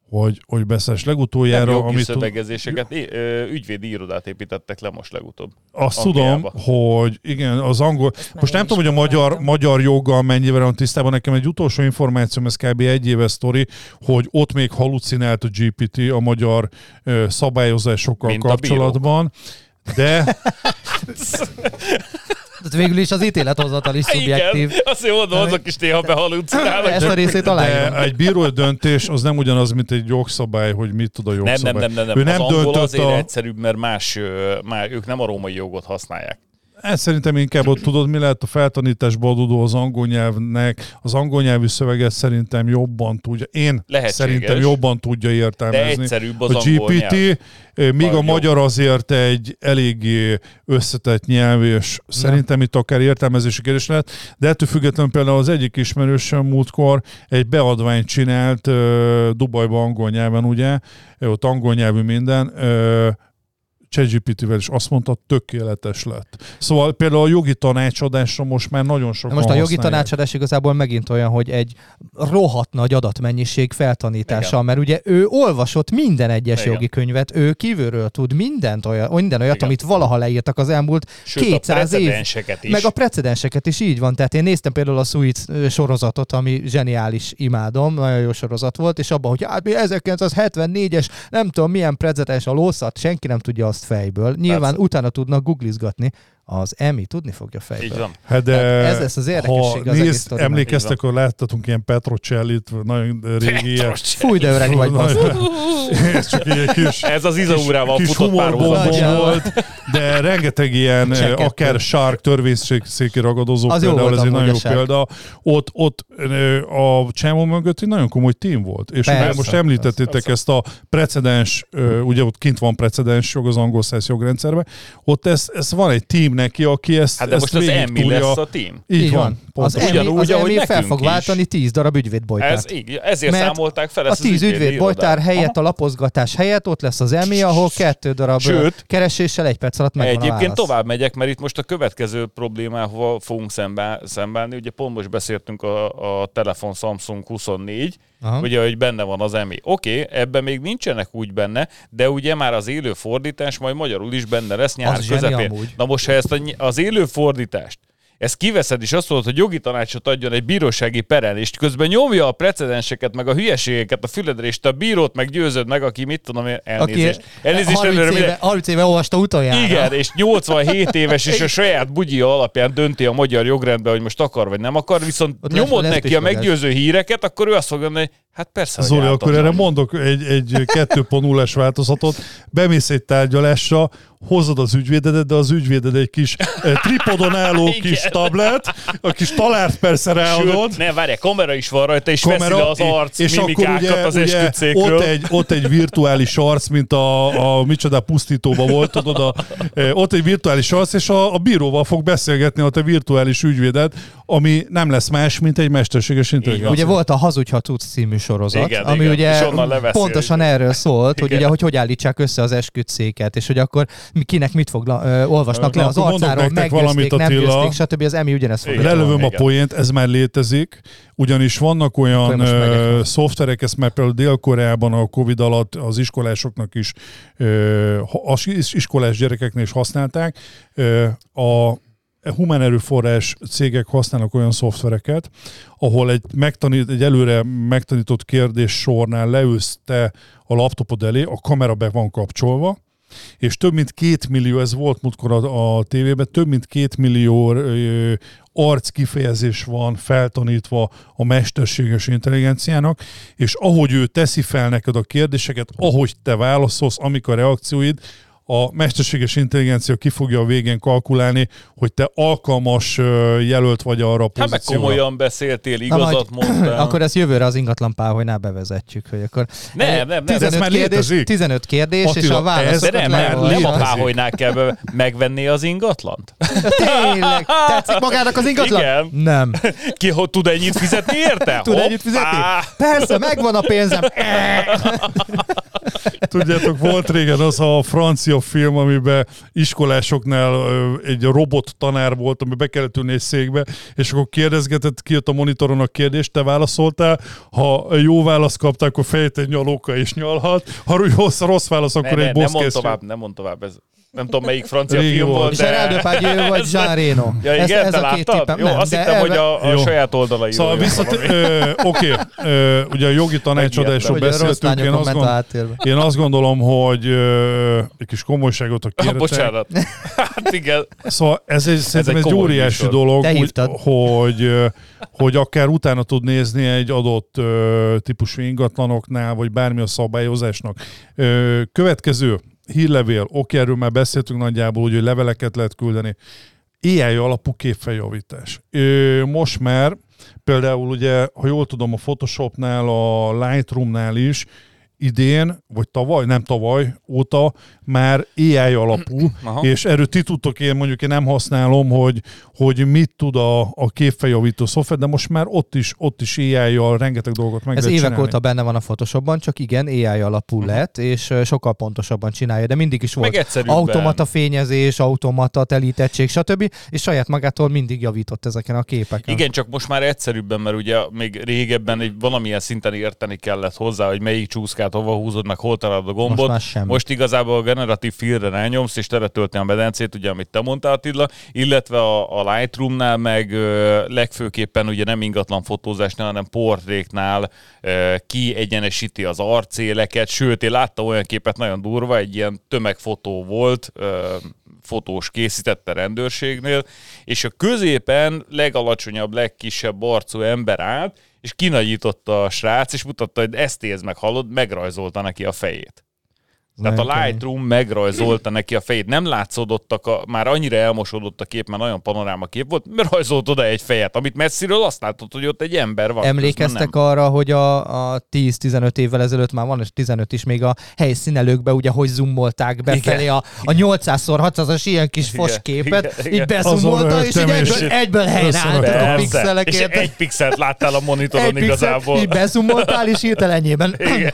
hogy, hogy beszélsz legutoljára. Nem jogi amit szövegezéseket, tud... ügyvédi irodát építettek le most legutóbb. Azt Angliába. tudom, hogy igen, az angol... Ezt Most nem tudom, hogy a magyar, magyar joggal mennyivel van tisztában. Nekem egy utolsó információm, ez kb. egy éves sztori, hogy ott még halucinált a gé pé té a magyar ö, szabályozásokkal Mint kapcsolatban. De... Végül is az ítélethozatal is szubjektív. Igen, azt mondom, azok is néha behalucinálnak. Ezt a részét aláírom. De egy bírói döntés az nem ugyanaz, mint egy jogszabály, hogy mit tud a jogszabály. Nem, nem, nem, nem. Ő nem. nem az angol döntött azért a... egyszerűbb, mert más, már ők nem a római jogot használják. Ez szerintem inkább ott tudod, mi lehet a feltanításból adódó az angol nyelvnek. Az angol nyelvű szöveget szerintem jobban tudja. Én Lehetséges. szerintem jobban tudja értelmezni. De egyszerűbb az a angol gé pé té, nyelv. míg a A magyar azért egy eléggé összetett nyelv, és Nem. szerintem itt akár értelmezési kérdés lehet. De ettől függetlenül például az egyik ismerősöm múltkor egy beadványt csinált uh, Dubajban angol nyelven, ugye, ott angol nyelvű minden, uh, ChatGPT-vel is azt mondta, tökéletes lett. Szóval például a jogi tanácsadásra most már nagyon sokan Most a jogi használják. tanácsadás igazából megint olyan, hogy egy rohadt nagy adatmennyiség feltanítással, Igen. mert ugye ő olvasott minden egyes Igen. jogi könyvet, ő kívülről tud mindent olyan, minden olyat, Igen. amit valaha leírtak az elmúlt Sőt, kétszáz a év. precedenseket is. Meg a precedenseket is így van. Tehát én néztem például a Suits sorozatot, ami zseniális, imádom, nagyon jó sorozat volt, és abban, hogy hát mi ezerkilencszázhetvennégyes, nem tudom milyen precedens a lószat, senki nem tudja azt fejből. Nyilván Persze. utána tudnak googlizgatni, az Emmy tudni fogja fejből. Így van. Hát de Tehát ez lesz az érdekesség ha az egész nézd, sztorinak. emlékeztek, hogy láttatunk ilyen Petrocellit, nagyon régi ilyen. Fúj, de öreg vagy, basz. Ez csak egy kis, Ez az izaúrával kis futott párhuzam. humorbombon volt, de rengeteg ilyen, Csekkettő. akár Shark törvényszéki ragadozó Az jó például, volt ez egy amúgy nagyon a jó Shark. példa. Ott, ott ö, a Csámó mögött egy nagyon komoly tím volt. És Persze, ugye most említettétek persze. ezt a precedens, ö, ugye ott kint van precedens jog az angol száz jogrendszerben, ott ez, ez van egy tím neki, aki ezt Hát de ezt most az végig Emmy tudja. lesz a team. Így, Így van. van. Az pontosan. Emmy, Ugyanúgy, az ahogy Emmy fel nekünk fog is. váltani tíz darab ügyvédbojtárt. Ez így, ezért Mert számolták fel A ezt az tíz ügyvédi ügyvédbojtár irodát. helyett, a lapozgatás helyett ott lesz az Emmy, ahol kettő darab Sőt, kereséssel egy perc alatt megvan a Egyébként válasz. tovább megyek, mert itt most a következő problémával fogunk szembe, szembeállni. Ugye pont most beszéltünk a, a telefon Samsung huszonnégy, Aha. ugye, hogy benne van az Emmy. Oké, okay, ebben még nincsenek úgy benne, de ugye már az élő fordítás majd magyarul is benne lesz nyár Az zseni közepén. amúgy. Na most, ha ezt a, az élő fordítást ezt kiveszed, és azt mondod, hogy jogi tanácsot adjon egy bírósági peren, és közben nyomja a precedenseket, meg a hülyeségeket a füledre, és te a bírót meg győzöd meg, aki mit tudom én, elnézést. Aki Elnézést harminc, előre, éve, minden- harminc éve olvasta utoljára. igen, és nyolcvanhét éves, és a saját bugyja alapján dönti a magyar jogrendben, hogy most akar vagy nem akar, viszont Ott lesz- nyomod lesz neki a pismagás. meggyőző híreket, akkor ő azt fogja mondani, hogy hát persze, hogy Zoli, akkor ártatlan. erre mondok egy, egy kettő pont nullás változatot. Bemész egy tárgyalásra, hozod az ügyvédedet, de az ügyvéded egy kis eh, tripodon álló Igen. kis tablet, a kis talárt persze ráadod. Sőt, ne, várj, kamera is van rajta, és veszi le az arc és akkor mimikákat ugye, az ugye esküdtszékről. ott, egy, ott egy virtuális arc, mint a, a micsoda pusztítóba volt, tudod, a, e, ott egy virtuális arc, és a, a bíróval fog beszélgetni ott a virtuális ügyvédet, ami nem lesz más, mint egy mesterséges intelligencia. Ugye volt a Hazudj, ha tudsz című sorozat, Igen, ami igen, ugye és onnan leveszi, pontosan igen. erről szólt, hogy Igen. ugye hogy, hogy állítsák össze az esküdtszéket, és hogy akkor mi- kinek mit fog ö, olvasnak Na, le az akkor mondok arcáról, nektek meggyőzték, valamit, nem Attila. győzték, stb. Az Emmy ugyanezt fogja. Igen. Lelövöm a Igen. poént, ez már létezik, ugyanis vannak Akkor olyan most megyek ö, hozzá. szoftverek, ezt már például Dél-Koreában a Covid alatt az iskolásoknak is, ö, az is- iskolás gyerekeknél is használták. Ö, a humán erőforrás cégek használnak olyan szoftvereket, ahol egy, megtanít, egy előre megtanított kérdés sornál leülsz te a laptopod elé, a kamera be van kapcsolva, és több mint két millió, ez volt múltkor a, a tévében, több mint két millió ö, arc kifejezés van feltanítva a mesterséges intelligenciának, és ahogy ő teszi fel neked a kérdéseket, ahogy te válaszolsz, amik a reakcióid, a mesterséges intelligencia ki fogja a végén kalkulálni, hogy te alkalmas ö, jelölt vagy arra a Hát meg pozícióra. komolyan beszéltél, Na igazat majd- mondtál. Akkor ez jövőre az ingatlan páholynál bevezetjük, hogy akkor Nem, nem, nem. Ez tizenöt már kérdés, létezik. tizenöt kérdés, és Attila, a ez- De válaszokat nem, már nem, nem a létezik. páholynál kell be, megvenni az ingatlant? Tényleg, tetszik magának az ingatlan? Igen. Nem. Ki hogy tud ennyit fizetni érte? Tud ennyit fizetni? Hoppá! Persze, megvan a pénzem. Tudjátok, volt régen az a francia film, amiben iskolásoknál egy robot tanár volt, ami be kellett ülni egy székbe, és akkor kérdezgetett, kijött a monitoron a kérdést, te válaszoltál, ha jó választ kaptál, akkor fejt egy nyalóka és nyalhat, ha rossz, rossz válasz, akkor ne, egy ne, boss nem mond tovább, nem mond tovább, ez nem tudom melyik francia Régi film volt. volt, És de... Gerard Depardieu vagy Jean Reno. Ja, igen, ez, ez te a két láttad? tippem. Jó, Nem, azt de hittem, elve... hogy a, a Jó. saját oldalai. Szóval visszat, ö, oké, ö, ugye a jogi tanácsadásról Hogy a rossz beszéltünk, én lányokon azt, ment a gond, háttérbe. én azt gondolom, hogy ö, egy kis komolyságot a Ah, kértek. bocsánat. Hát igen. Szóval ez egy, szerintem egy egy komoly óriási műsor. dolog, Te hogy, hívtad. hogy, ö, hogy akár utána tud nézni egy adott ö, típusú ingatlanoknál, vagy bármi a szabályozásnak. Ö, következő hírlevél, oké, erről már beszéltünk nagyjából, úgy, hogy leveleket lehet küldeni. á i alapú képfeljavítás. Ö, most már például ugye, ha jól tudom, a Photoshopnál, a Lightroomnál is idén, vagy tavaly, nem tavaly óta már á i alapú, Aha. és erről ti tudtok, én mondjuk én nem használom, hogy, hogy mit tud a, a képfeljavító szoftver, de most már ott is, ott is á i-jal rengeteg dolgot meg Ez lehet évek csinálni. óta benne van a Photoshopban, csak igen, á i alapú Uh-huh. lett, és ö, sokkal pontosabban csinálja, de mindig is volt Meg egyszerűbben. automata fényezés, automata telítettség, stb. És saját magától mindig javított ezeken a képeken. Igen, csak most már egyszerűbben, mert ugye még régebben egy valamilyen szinten érteni kellett hozzá, hogy melyik csúszkát hova húzod, meg hol találod a gombot. Most már semmi. Most igazából a generatív filmre rányomsz, és teletölti a medencét, ugye, amit te mondtál, Attila, illetve a, a Lightroomnál meg ö, legfőképpen ugye nem ingatlan fotózásnál, hanem portréknál ö, kiegyenesíti az arcéleket, sőt, én láttam olyan képet, nagyon durva, egy ilyen tömegfotó volt, ö, fotós készítette rendőrségnél, és a középen legalacsonyabb, legkisebb arcú ember állt, és kinagyította a srác, és mutatta, hogy ezt nézd meg, hallod, megrajzolta neki a fejét. Tehát a Nagyon kemény. Lightroom megrajzolta neki a fejét. Nem látszódottak, a, már annyira elmosódott a kép, már nagyon panoráma kép volt, mert rajzolt oda egy fejet, amit messziről azt látod, hogy ott egy ember van. Emlékeztek arra, hogy a, a tíz-tizenöt évvel ezelőtt már van, és tizenöt is még a helyszínelőkbe, ugye, hogy zoomolták befelé a, a nyolcszáz hatszázas ilyen kis Igen, fosképet, igen, így igen. bezumolta, Azon és így rögtem, és egyből, egyből helyre összeraktam. álltak a Persze. És pixelekért. egy pixelt láttál a monitoron Egy igazából. pixel, így bezumoltál, és hirtelenjében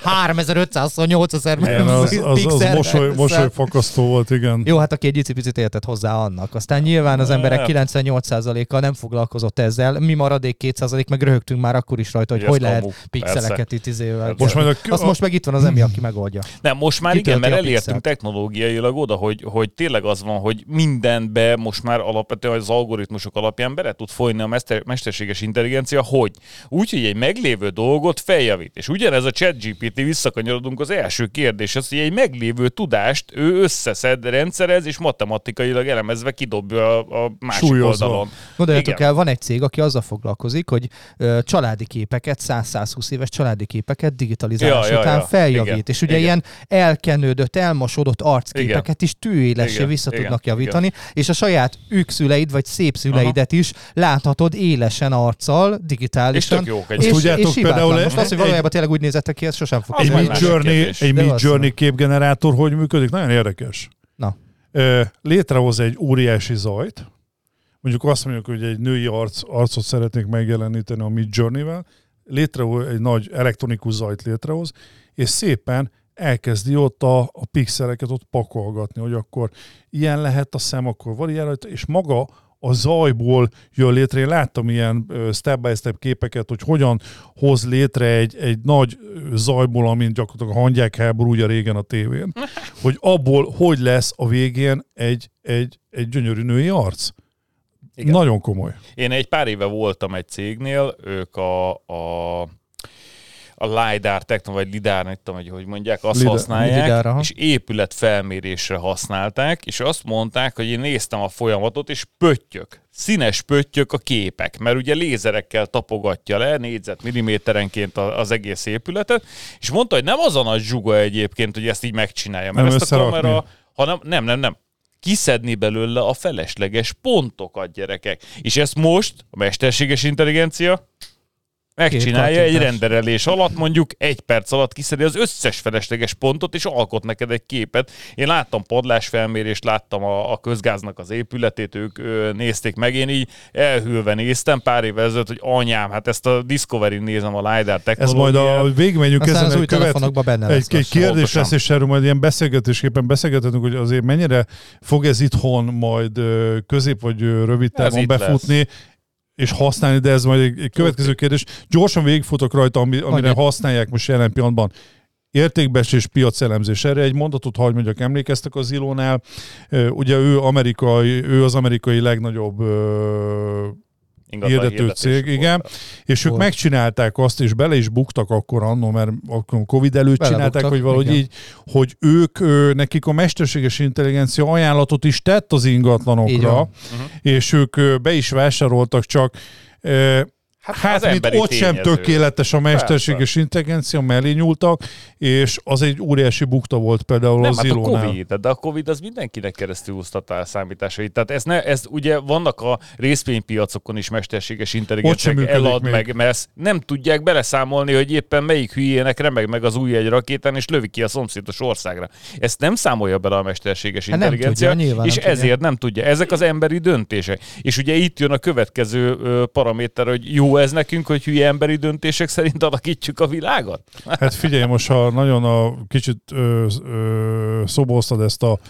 háromezer-ötszázszor-nyolcezer Igen, az, az, az pixel. mosoly, mosolyfakasztó volt, igen. Jó, hát aki egy icipicit értett hozzá annak. Aztán nyilván az emberek Hát. kilencvennyolc százaléka nem foglalkozott ezzel, mi maradék két százalék meg röhögtünk már akkor is rajta, hogy Ez hogy kamu, lehet pixeleket persze. itt izével. Most majd a, Azt most meg itt van az Emi, aki megoldja. Nem, most már Kitölti igen, mert a elértünk pixelt. technológiailag oda, hogy, hogy tényleg az van, hogy mindenbe most már alapvetően az algoritmusok alapján bele tud folyni a mester, mesterséges intelligencia, hogy úgy, hogy egy meglévő dolgot feljavít. És ugyanez a ChatGPT, visszakanyarodunk az első kérdéshez, hogy egy meglévő tudást ő összeszed, rendszerez, és matematikailag elemezve kidobja a, a másik Súlyozva. oldalon. Gondoljatok Igen. el, van egy cég, aki azzal foglalkozik, hogy ö, családi képeket, száz-százhúsz éves családi képeket digitalizálás Ja, ja, után ja. feljavít. Igen. És ugye Igen. ilyen elkenődött, elmosódott arcképeket is tűélessé Igen. vissza Igen. tudnak javítani, és a saját ükszüleid vagy szép szüleidet is láthatod élesen arccal, És digitálisan. tök jók És, egy. tudjátok, és hibátlan. például Most egy- az, hogy valójában tényleg úgy nézettek ki, ez sosem fog Az Egy már Mid másik Journey, kérdés. egy De Mid az- Journey képgenerátor hogy működik? Nagyon érdekes. Na. Ö, Létrehoz egy óriási zajt, mondjuk azt mondjuk, hogy egy női arc, arcot szeretnék megjeleníteni a Mid Journey-vel, létrehoz egy nagy elektronikus zajt létrehoz, és szépen elkezdi ott a, a pixeleket ott pakolgatni, hogy akkor ilyen lehet a szem, akkor van ilyen rajta, és maga a zajból jön létre. Én láttam ilyen step-by-step képeket, hogy hogyan hoz létre egy, egy nagy zajból, amint gyakorlatilag a hangyák háború ugye régen a tévén, hogy abból hogy lesz a végén egy, egy, egy gyönyörű női arc. Igen. Nagyon komoly. Én egy pár éve voltam egy cégnél, ők a, a, a LiDAR technológia, vagy lidár, nem tudom, hogy hogy mondják, azt Lidar. használják, Lidar, aha. és épületfelmérésre használták, és azt mondták, hogy én néztem a folyamatot, és pöttyök, színes pöttyök a képek, mert ugye lézerekkel tapogatja le négyzetmilliméterenként az egész épületet, és mondta, hogy nem az a nagy zsuga egyébként, hogy ezt így megcsinálja, mert Nem ezt a összerakni. kamera, hanem nem, nem, nem. Kiszedni belőle a felesleges pontokat, gyerekek. És ezt most a mesterséges intelligencia Megcsinálja egy renderelés alatt, mondjuk egy perc alatt kiszedi az összes felesleges pontot, és alkot neked egy képet. Én láttam padlásfelmérést, láttam a, a közgáznak az épületét, ők ö, nézték meg, én így elhűlve néztem pár évvel ezelőtt, hogy anyám, hát ezt a Discovery-n nézem a LiDAR technológiát. Ez majd a végigmegyünk ezen, az új telefonokban benne lesz. Egy, egy kérdés lesz, és erről majd ilyen beszélgetésképpen beszélgetünk, hogy azért mennyire fog ez itthon majd közép vagy rövid távon befutni, lesz. És használni, de ez majd egy, egy következő kérdés. Gyorsan végigfutok rajta, amire Mondjuk. használják most jelen pillanatban. Értékbeesés, piacelemzés. Erre egy mondatot hagy mondjak, emlékeztek az Ilónál. Ugye ő, amerikai, ő az amerikai legnagyobb hirdető cég, igen, volt. És ők volt. megcsinálták azt, és bele is buktak akkor annól, mert akkor Covid előtt bele csinálták, buktak, hogy valahogy igen. így, hogy ők, ő, nekik a mesterséges intelligencia ajánlatot is tett az ingatlanokra, uh-huh. és ők be is vásároltak, csak Hát, hát mint ott tényező. sem tökéletes a mesterséges Persze. intelligencia, mellé nyúltak, és az egy óriási bukta volt például Nem, az hát Ilónál. a Covid, de a Covid az mindenkinek keresztül húztatta a számításait. Tehát ez, ne, ez ugye vannak a részvénypiacokon is mesterséges intelligenciák elad meg, mert ezt nem tudják beleszámolni, hogy éppen melyik hülyének remeg meg az új egy rakétán, és lövi ki a szomszédos országra. Ezt nem számolja bele a mesterséges hát intelligencia, tudja, és nem ezért tudja. nem tudja. Ezek az emberi döntések. És ugye itt jön a következő paraméter, hogy jó ez nekünk, hogy hülye emberi döntések szerint alakítjuk a világot? Hát figyelj, most ha nagyon a kicsit ö, ö, szoboztad ezt a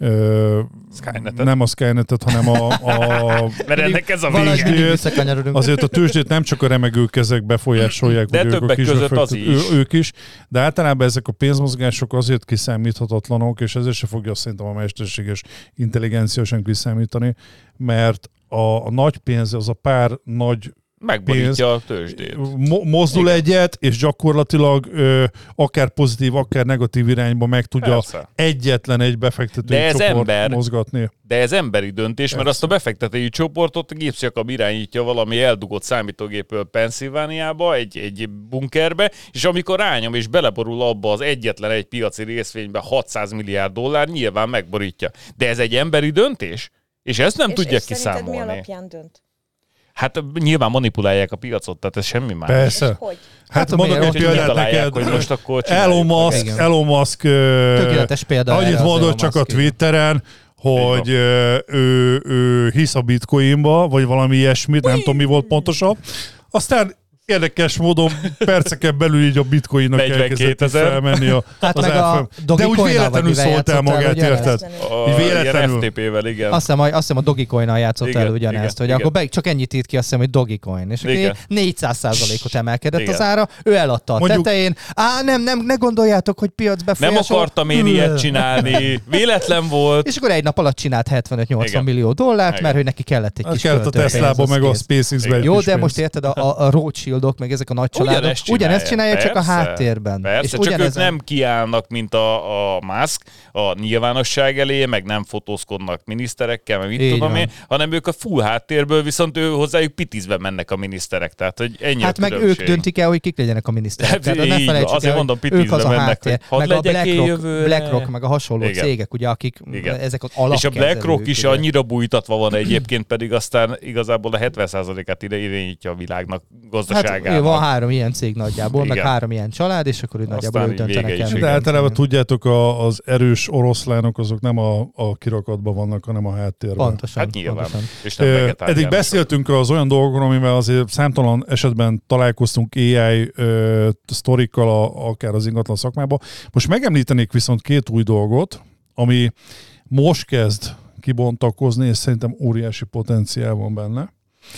ö, nem a Skynetet, hanem a... a Mert ennek ez a vége. Azért a tőzsdét nem csak a remegő kezek befolyásolják, de többek ők között az ő, is. Ők is, de általában ezek a pénzmozgások azért kiszámíthatatlanok, és ezért se fogja szerintem a mesterséges intelligencia sem kiszámítani, mert a, a nagy pénz, az a pár nagy megborítja a tőzsdét. Mo- mozdul Igen. egyet, és gyakorlatilag ö, akár pozitív, akár negatív irányba meg tudja Persze. egyetlen egy befektetői csoport ember, mozgatni. De ez emberi döntés, Persze. mert azt a befektetői csoportot a gépszakab irányítja valami eldugott számítógépből Pennsylvániába, egy, egy bunkerbe, és amikor rányom és beleborul abba az egyetlen egy piaci részvénybe hatszáz milliárd dollár, nyilván megborítja. De ez egy emberi döntés? És ezt nem és, tudják és kiszámolni. Mi alapján dönt? Hát nyilván manipulálják a piacot, tehát ez semmi más. Persze. Hogy? Hát, hát mondok egy példát neked, hogy most akkor Elon Musk, Elon Musk tökéletes példa. Annyit mondott csak a Twitteren, hogy ő, ő, ő hisz a bitcoinba, vagy valami ilyesmit, nem tudom mi volt pontosabb. Aztán érdekes módon perceken belül így a bitcoinnak elkezdett felmenni a, hát az elfem. De úgy véletlenül szólt el magát, érted? Így véletlenül. ef té pével, igen. Azt hiszem, azt hiszem a Dogecoin-nal játszott igen, el ugyanezt, igen, hogy igen. akkor be, csak ennyit írt ki, azt hiszem, hogy Dogecoin. És akkor négyszáz százalékot emelkedett igen. az ára, ő eladta a Mondjuk, tetején. Á, nem, nem, ne gondoljátok, hogy piac befolyásol. Nem akartam én ilyet csinálni, véletlen volt. És akkor egy nap alatt csinált hetvenöt-nyolcvan millió dollárt, mert hogy neki kellett egy kis kellett a Teslába, meg a SpaceX-be. Jó, de most érted, a Rothschildok, meg ezek a nagy családok ugyanezt, ugyanezt csinálják, persze, csak a háttérben. Persze, és csak ugyanezen... ők nem kiállnak, mint a, a Musk a nyilvánosság elé, meg nem fotózkodnak miniszterekkel, meg mit így tudom van. én, hanem ők a full háttérből, viszont ő hozzájuk pitizve mennek a miniszterek. Tehát, hogy ennyi hát meg ők döntik el, hogy kik legyenek a miniszterek. Hát, tehát ne felejtsük el, mondom, ők az a háttér. Meg a BlackRock, BlackRock, meg a hasonló igen. cégek, ugye, akik igen. ezek az alapkezelők. És a BlackRock is annyira bújtatva van egyébként, pedig aztán igazából a hetven százalékát ide irányítja a világnak gazdaságának. Hát, van három ilyen cég nagyjából, igen. meg három ilyen család, és akkor úgy nagyjából ők döntenek el. De általában tudjátok, a, az erős oroszlánok azok nem a, a kirakatban vannak, hanem a háttérben. Pontosan. Hát nyilván. Pontosan. És nem Eddig beszéltünk az olyan dolgokról, amivel azért számtalan esetben találkoztunk á i ö, sztorikkal, a, akár az ingatlan szakmában. Most megemlítenék viszont két új dolgot, ami most kezd kibontakozni, és szerintem óriási potenciál van benne.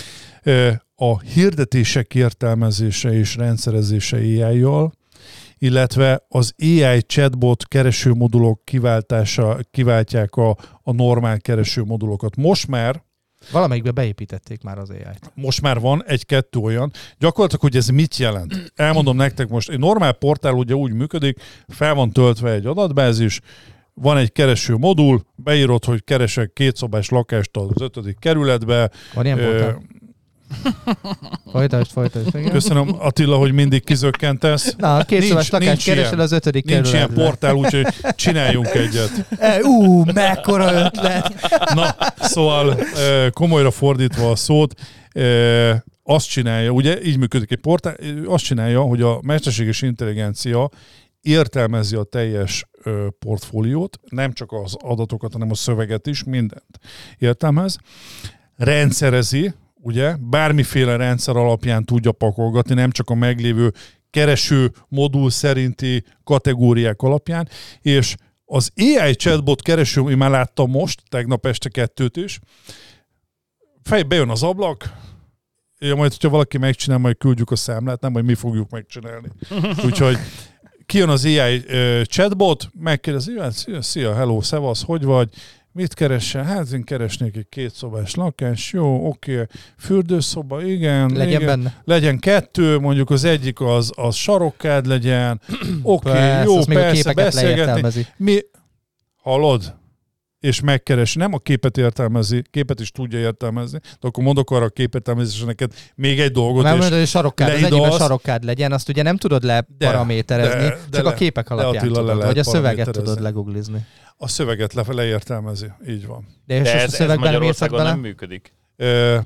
A hirdetések értelmezése és rendszerezése á i-jal, illetve az á i chatbot keresőmodulok kiváltása, kiváltják a, a normál keresőmodulokat. Most már valamelyikbe beépítették már az á i-t. Most már van egy-kettő olyan. Gyakorlatilag, hogy ez mit jelent? Elmondom nektek most. Egy normál portál ugye úgy működik, fel van töltve egy adatbázis, van egy kereső modul, beírod, hogy keresek kétszobás lakást az ötödik kerületbe. Van ilyen portál? Folytasd, folytasd. Köszönöm, Attila, hogy mindig kizökkentesz. Na, kétszobás lakást keresel az ötödik kerületbe. Nincs ilyen portál, úgyhogy csináljunk egyet. Ú, mekkora ötlet! Na, szóval komolyra fordítva a szót, azt csinálja, ugye így működik egy portál, azt csinálja, hogy a mesterséges intelligencia értelmezi a teljes ö, portfóliót, nem csak az adatokat, hanem a szöveget is, mindent értelmez, rendszerezi, ugye, bármiféle rendszer alapján tudja pakolgatni, nem csak a meglévő kereső modul szerinti kategóriák alapján, és az á i chatbot kereső, én már láttam most, tegnap este kettőt is, fej, bejön az ablak, ja, majd, hogyha valaki megcsinál, majd küldjük a számlát, nem, majd mi fogjuk megcsinálni. Úgyhogy kijön az á i uh, chatbot, megkérdezi, szia, szia, hello, szevasz, hogy vagy? Mit keressen? Hát én keresnék egy kétszobás lakás, jó, oké, fürdőszoba, igen. Legyen igen. benne. Legyen kettő, mondjuk az egyik az, az sarokkád legyen, oké, Persze, jó, azt még a persze, képeket beszélgetni. leértelmezi. Mi, hallod? És megkeresi. Nem a képet értelmezi, képet is tudja értelmezni, de akkor mondok arra a képértelmezésre neked még egy dolgot. Mert és mondod, hogy sarokkád, az leidalsz. egyikben sarokkád legyen, azt ugye nem tudod leparaméterezni, de- de csak le- a képek de alapján Attila le tudod, lehet vagy a szöveget paraméterezni. tudod leguglizni. A szöveget le, leértelmezi, így van. De, és De a ez, ez szövegben nem írsz Magyarországon bele? nem működik. Ö,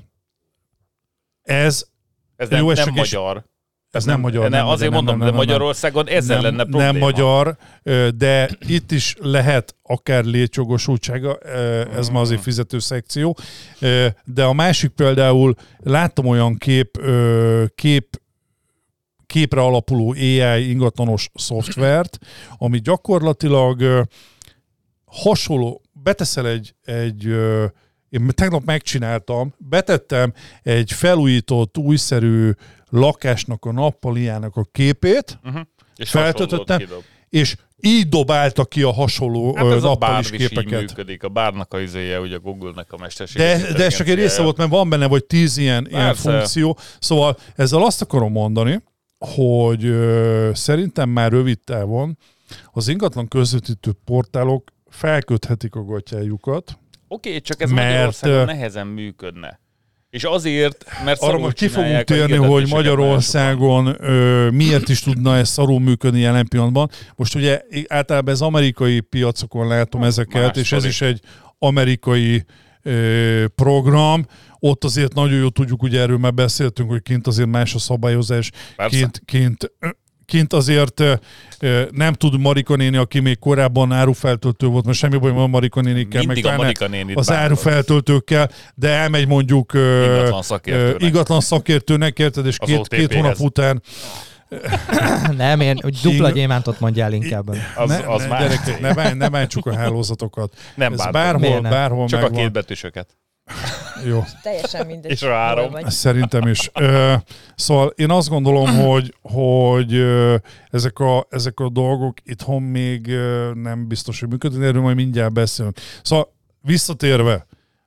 Ez, Ez nem, Jó, és nem csak is- magyar. ez nem magyar. Ne, nem, azért nem, mondom, nem, nem, de nem, Magyarországon ezzel nem, lenne probléma. Nem magyar, ö, de itt is lehet akár létjogosultsága, ö, ez ma azért fizető szekció. Ö, De a másik például láttam olyan kép, ö, kép képre alapuló á i ingatlanos szoftvert, ami gyakorlatilag ö, hasonló, beteszel egy, egy ö, én tegnap megcsináltam, betettem egy felújított, újszerű lakásnak, a nappaliának a képét, Uh-huh. És feltöltöttem, hasonlót kidob. és így dobálta ki a hasonló Hát ö, ez a nappalis bár is így képeket. működik. A bárnak a izéje, ugye a Google-nek a mesterséges De, de ez csak egy része volt, mert van benne vagy tíz ilyen, ilyen Persze. funkció. Szóval ezzel azt akarom mondani, hogy ö, szerintem már rövid távon az ingatlan közvetítő portálok felköthetik a gatyájukat. Oké, okay, csak ez Mert, Magyarországon ö, nehezen működne. És azért, mert Arra szarul majd ki fogunk csinálják a térni, hogy hirdetéseket Magyarországon ö, miért is tudna ez szarul működni jelen pillanatban. Most ugye általában az amerikai piacokon látom Hát, ezeket, más és ez sztori. is egy amerikai ö, program. Ott azért nagyon jól tudjuk, ugye erről már beszéltünk, hogy kint azért más a szabályozás. Persze. Kint, kint, kint azért ö, ö, nem tud Marika néni, aki még korábban árufeltöltő volt, mert semmi baj van Marika nénikkel, meg Mindig a pláne Marika nénit az bántott. árufeltöltőkkel, de elmegy mondjuk ö, Ingatlan szakértőnek. ö, ingatlan szakértőnek, érted, és Az két, o té péhez. két hónap után Nem, én úgy dupla Ing- gyémántot mondjál inkább. Az, ne, az ne, már gyerekek, ne, bánt, ne bántsuk a hálózatokat. nem Ez bántom. bárhol, Miért nem? bárhol Csak a megvan. kétbetűsöket. Jó, Teljesen mindegy. És a három. hol vagy. szerintem is. Ö, szóval én azt gondolom, hogy, hogy ö, ezek, a, ezek a dolgok itthon még ö, nem biztos, hogy működnek, erről majd mindjárt beszélünk. Szóval visszatérve,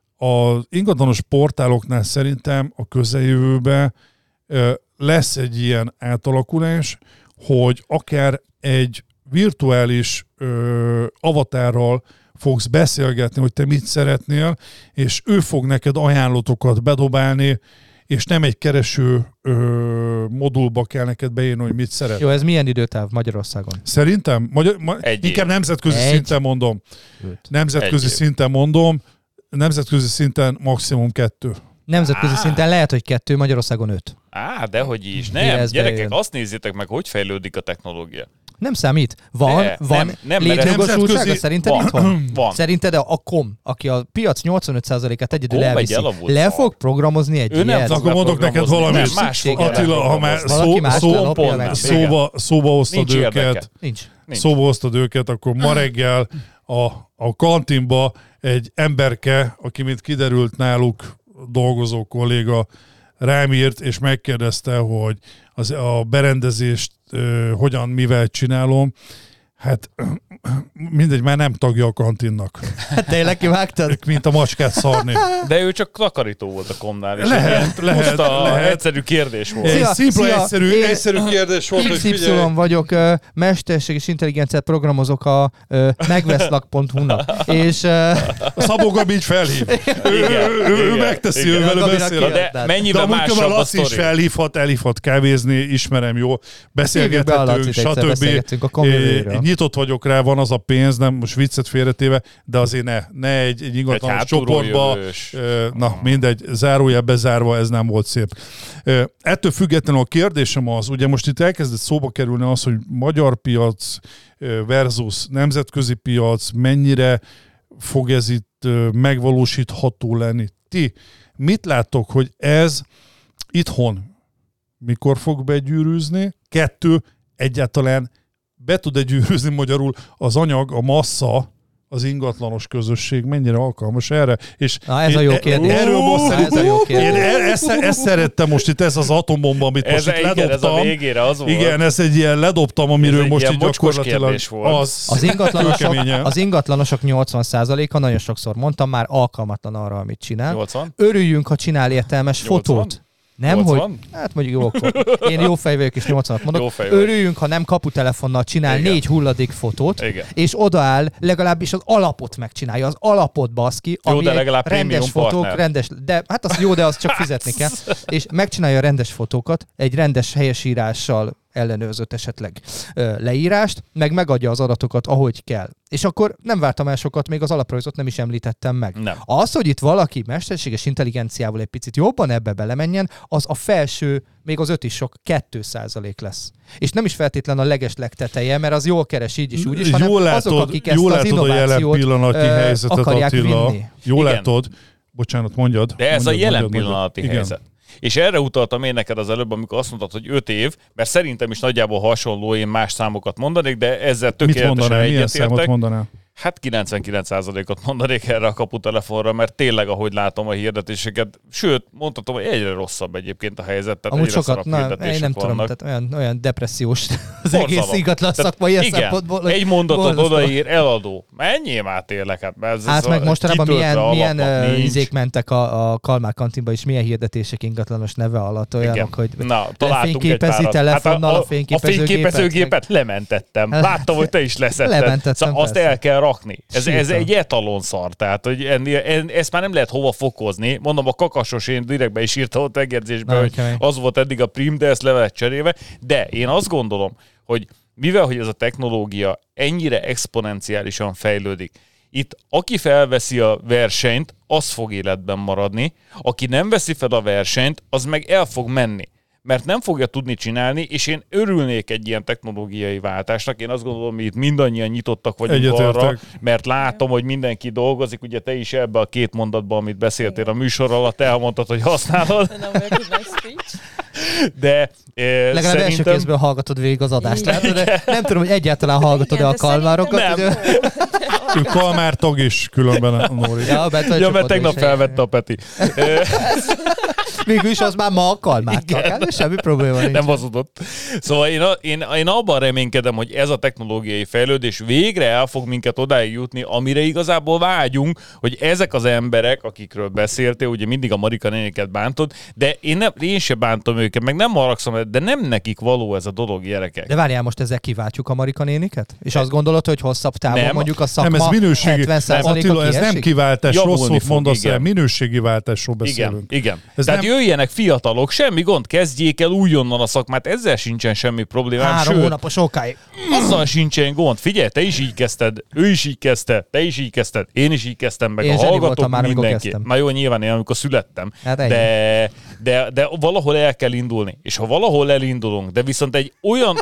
az ingatlanos portáloknál szerintem a közeljövőben ö, lesz egy ilyen átalakulás, hogy akár egy virtuális ö, avatárral fogsz beszélgetni, hogy te mit szeretnél, és ő fog neked ajánlatokat bedobálni, és nem egy kereső ö, modulba kell neked beírni, hogy mit szeret. Jó, ez milyen időtáv Magyarországon? Szerintem, magyar, ma, Egy inkább év. nemzetközi Egy. szinten mondom. Öt. Nemzetközi Egy év. szinten mondom, nemzetközi szinten maximum kettő. Nemzetközi Á. szinten lehet, hogy kettő, Magyarországon öt. Á, dehogy is. Mire Nem, ez gyerekek, bejön? azt nézzétek meg, hogy fejlődik a technológia. Nem számít. Van, De, van nem, nem, mert létjogosultsága? nemzetközi- Szerinted van. itt van? Van. Szerinted a a kom, aki a piac nyolcvanöt százalékát egyedül Kom egy elviszi, elavult le szar. fog programozni egy Ő nem ilyet? fog Akkor mondok neked leprogramozni. valamit. Nem, más fog Attila, ha már leprogramozni. Valaki szó, más szó, lopja pont meg. nem. szóba, szóba hoztad Nincs őket, érdeke. Nincs. Nincs. szóba hoztad őket, akkor ma reggel a, a kantinba egy emberke, aki mint kiderült náluk dolgozó kolléga, rám írt, és megkérdezte, hogy az, a berendezést ö, hogyan, mivel csinálom. Hát mindegy, már nem tagja a kantinnak. Hát tényleg kivágtad? Mint a macskát szarni. De ő csak takarító volt a komnál. És Lehet, egy lehet, puszta, lehet. egyszerű kérdés volt. Egy Szia, szimpla, szia, egyszerű, én- egyszerű kérdés volt, hogy iksz ipszilon figyelj. vagyok, ö, mesterséges intelligenciát programozok a ö, megveszlak pont hu-nak. És ö, A Szabó Gabi így felhív. Ő, Igen, ő, ő, ő igen, megteszi, igen. ő vele Gabinak beszél. kérdez. De De mennyivel amúgy másabb kell a Laci is sztori? felhívhat, elhívhat kávézni, ismerem jó, hívjuk be a beszélgethetünk, Lacit, egyszer stb. beszélgetünk a komjövőről. nyitott vagyok rá, van az a pénz, nem most viccet félretéve, de azért ne, ne egy, egy ingatlanos egy csoportba, ö, na mindegy, zárójel bezárva, ez nem volt szép. Ö, ettől függetlenül a kérdésem az, ugye most itt elkezdett szóba kerülni az, hogy magyar piac versus nemzetközi piac, mennyire fog ez itt megvalósítható lenni. Ti mit láttok, hogy ez itthon mikor fog begyűrűzni? Kettő, egyáltalán be tud-e gyűrűzni magyarul az anyag, a massza, az ingatlanos közösség mennyire alkalmas erre? És Na, ez a jó kérdés. Erről most ez a jó kérdés. Én ezt, ezt szerettem most itt, ez az atombomba, amit ez most itt igen, ledobtam. Ez a végére az volt. Igen, ez egy ilyen ledobtam, amiről ez most így gyakorlatilag az. Az ingatlanosok, az ingatlanosok nyolcvan százaléka, nagyon sokszor mondtam, már alkalmatlan arra, amit csinál. nyolcvan Örüljünk, ha csinál értelmes nyolcvan fotót. Nem, nyolcvan hogy... Hát mondjuk jó, akkor. Én jó fej vagyok, és nyolcvanat mondok. Örüljünk, ha nem kaputelefonnal csinál igen. négy hulladék fotót, igen. és odaáll, legalábbis az alapot megcsinálja. Az alapot baszki, jó, ami rendes fotók, partner. rendes... De, hát az jó, de az csak fizetni kell. És megcsinálja rendes fotókat, egy rendes helyesírással ellenőrzött esetleg ö, leírást, meg megadja az adatokat, ahogy kell. És akkor nem vártam el sokat, még az alaprajzot nem is említettem meg. Nem. Az, hogy itt valaki mesterséges intelligenciával egy picit jobban ebbe belemenjen, az a felső, még az öt is sok, két százalék lesz. És nem is feltétlen a legeslegteteje, mert az jól keres így is, úgy is, hanem látod, azok, akik ezt jól az innovációt pillanatnyi helyzetet, akarják Attila. vinni. Jól igen. látod, bocsánat, mondjad. De ez mondjad, a jelen mondjad, pillanati mondjad. helyzet. És erre utaltam én neked az előbb, amikor azt mondtad, hogy öt év, mert szerintem is nagyjából hasonló, én más számokat mondanék, de ezzel tökéletesen Mit mondanál, milyen egyetértek. számot mondanál? Hát kilencvenkilenc százalékot mondanék erre a kaputelefonra, mert tényleg, ahogy látom a hirdetéseket, sőt, mondhatom, hogy egyre rosszabb egyébként a helyzet, tehát amúgy egyre sokat, na, én nem tudom, vannak. tehát olyan, olyan depressziós az Borzalom. egész ingatlan szakma ilyen igen, szempontból. egy mondatot odaír, eladó. Menjél már tényleg, hát ez hát ez meg a, mostanában milyen, milyen uh, nincs. izék mentek a, a Kalmár kantinba, és milyen hirdetések ingatlanos neve alatt, olyanok, hogy Na, találtunk egy fényképezi párat. telefonnal hát a, a fényképezőgépet. A fényképezőgépet lementettem. Láttam, hogy te is leszetted. Lementettem, szóval azt persze. el kell rakni. Ez, ez egy etalonszar, tehát hogy ennél, en, ezt már nem lehet hova fokozni. Mondom, a kakasos én direktbe is írta ott megjegyzésben, hogy okay. az volt eddig a prim, de ezt le lett cserélve. De én azt gondolom, hogy mivel hogy ez a technológia ennyire exponenciálisan fejlődik, itt aki felveszi a versenyt, az fog életben maradni, aki nem veszi fel a versenyt, az meg el fog menni. Mert nem fogja tudni csinálni, és én örülnék egy ilyen technológiai váltásnak. Én azt gondolom, hogy itt mindannyian nyitottak vagyunk Egyetértek. arra, mert látom, hogy mindenki dolgozik. Ugye te is ebbe a két mondatban, amit beszéltél a műsor alatt, elmondtad, hogy használod. De eh, legalább szerintem... első kézből hallgatod végig az adást. Látod, de nem tudom, hogy egyáltalán hallgatod-e a kalmárokat. Nem. Ő Kalmár tag is, különben a Nóri. Ja, mert, ja, mert tegnap felvette a Peti. Végül is az már ma a Kalmár tag. Hát, semmi probléma nincs. Nem hazudott. Szóval én, én, én abban reménykedem, hogy ez a technológiai fejlődés végre el fog minket odáig jutni, amire igazából vágyunk, hogy ezek az emberek, akikről beszéltél, ugye mindig a Marika néniket bántod, de én, nem, én se bántom őket, meg nem haragszom, de nem nekik való ez a dolog, gyerekek. De várjál, most ezzel kiváltjuk a Marika néniket? És azt gondolod, hogy hosszabb távon nem. mondjuk a szakma nem, ez minőségi, hetven százaléka Attila, ez nem kiváltás, Javulni rosszul fog, mondasz igen. el, minőségi váltásról beszélünk. Igen, igen. Ez Tehát nem... jöjjenek fiatalok, semmi gond, kezdjék el újonnan a szakmát, ezzel sincsen semmi problémám. Három Sőt, hónapos okáig. azzal sincsen gond. Figyelj, te is így kezdted, ő is így kezdte, te is így kezdted, én is így kezdtem, meg Én a zseni hallgatók voltam már, amikor mindenki. kezdtem. Na jó, nyilván én, amikor születtem. Hát ennyi. de, de, de valahol el kell indulni. És ha valahol elindulunk, de viszont egy olyan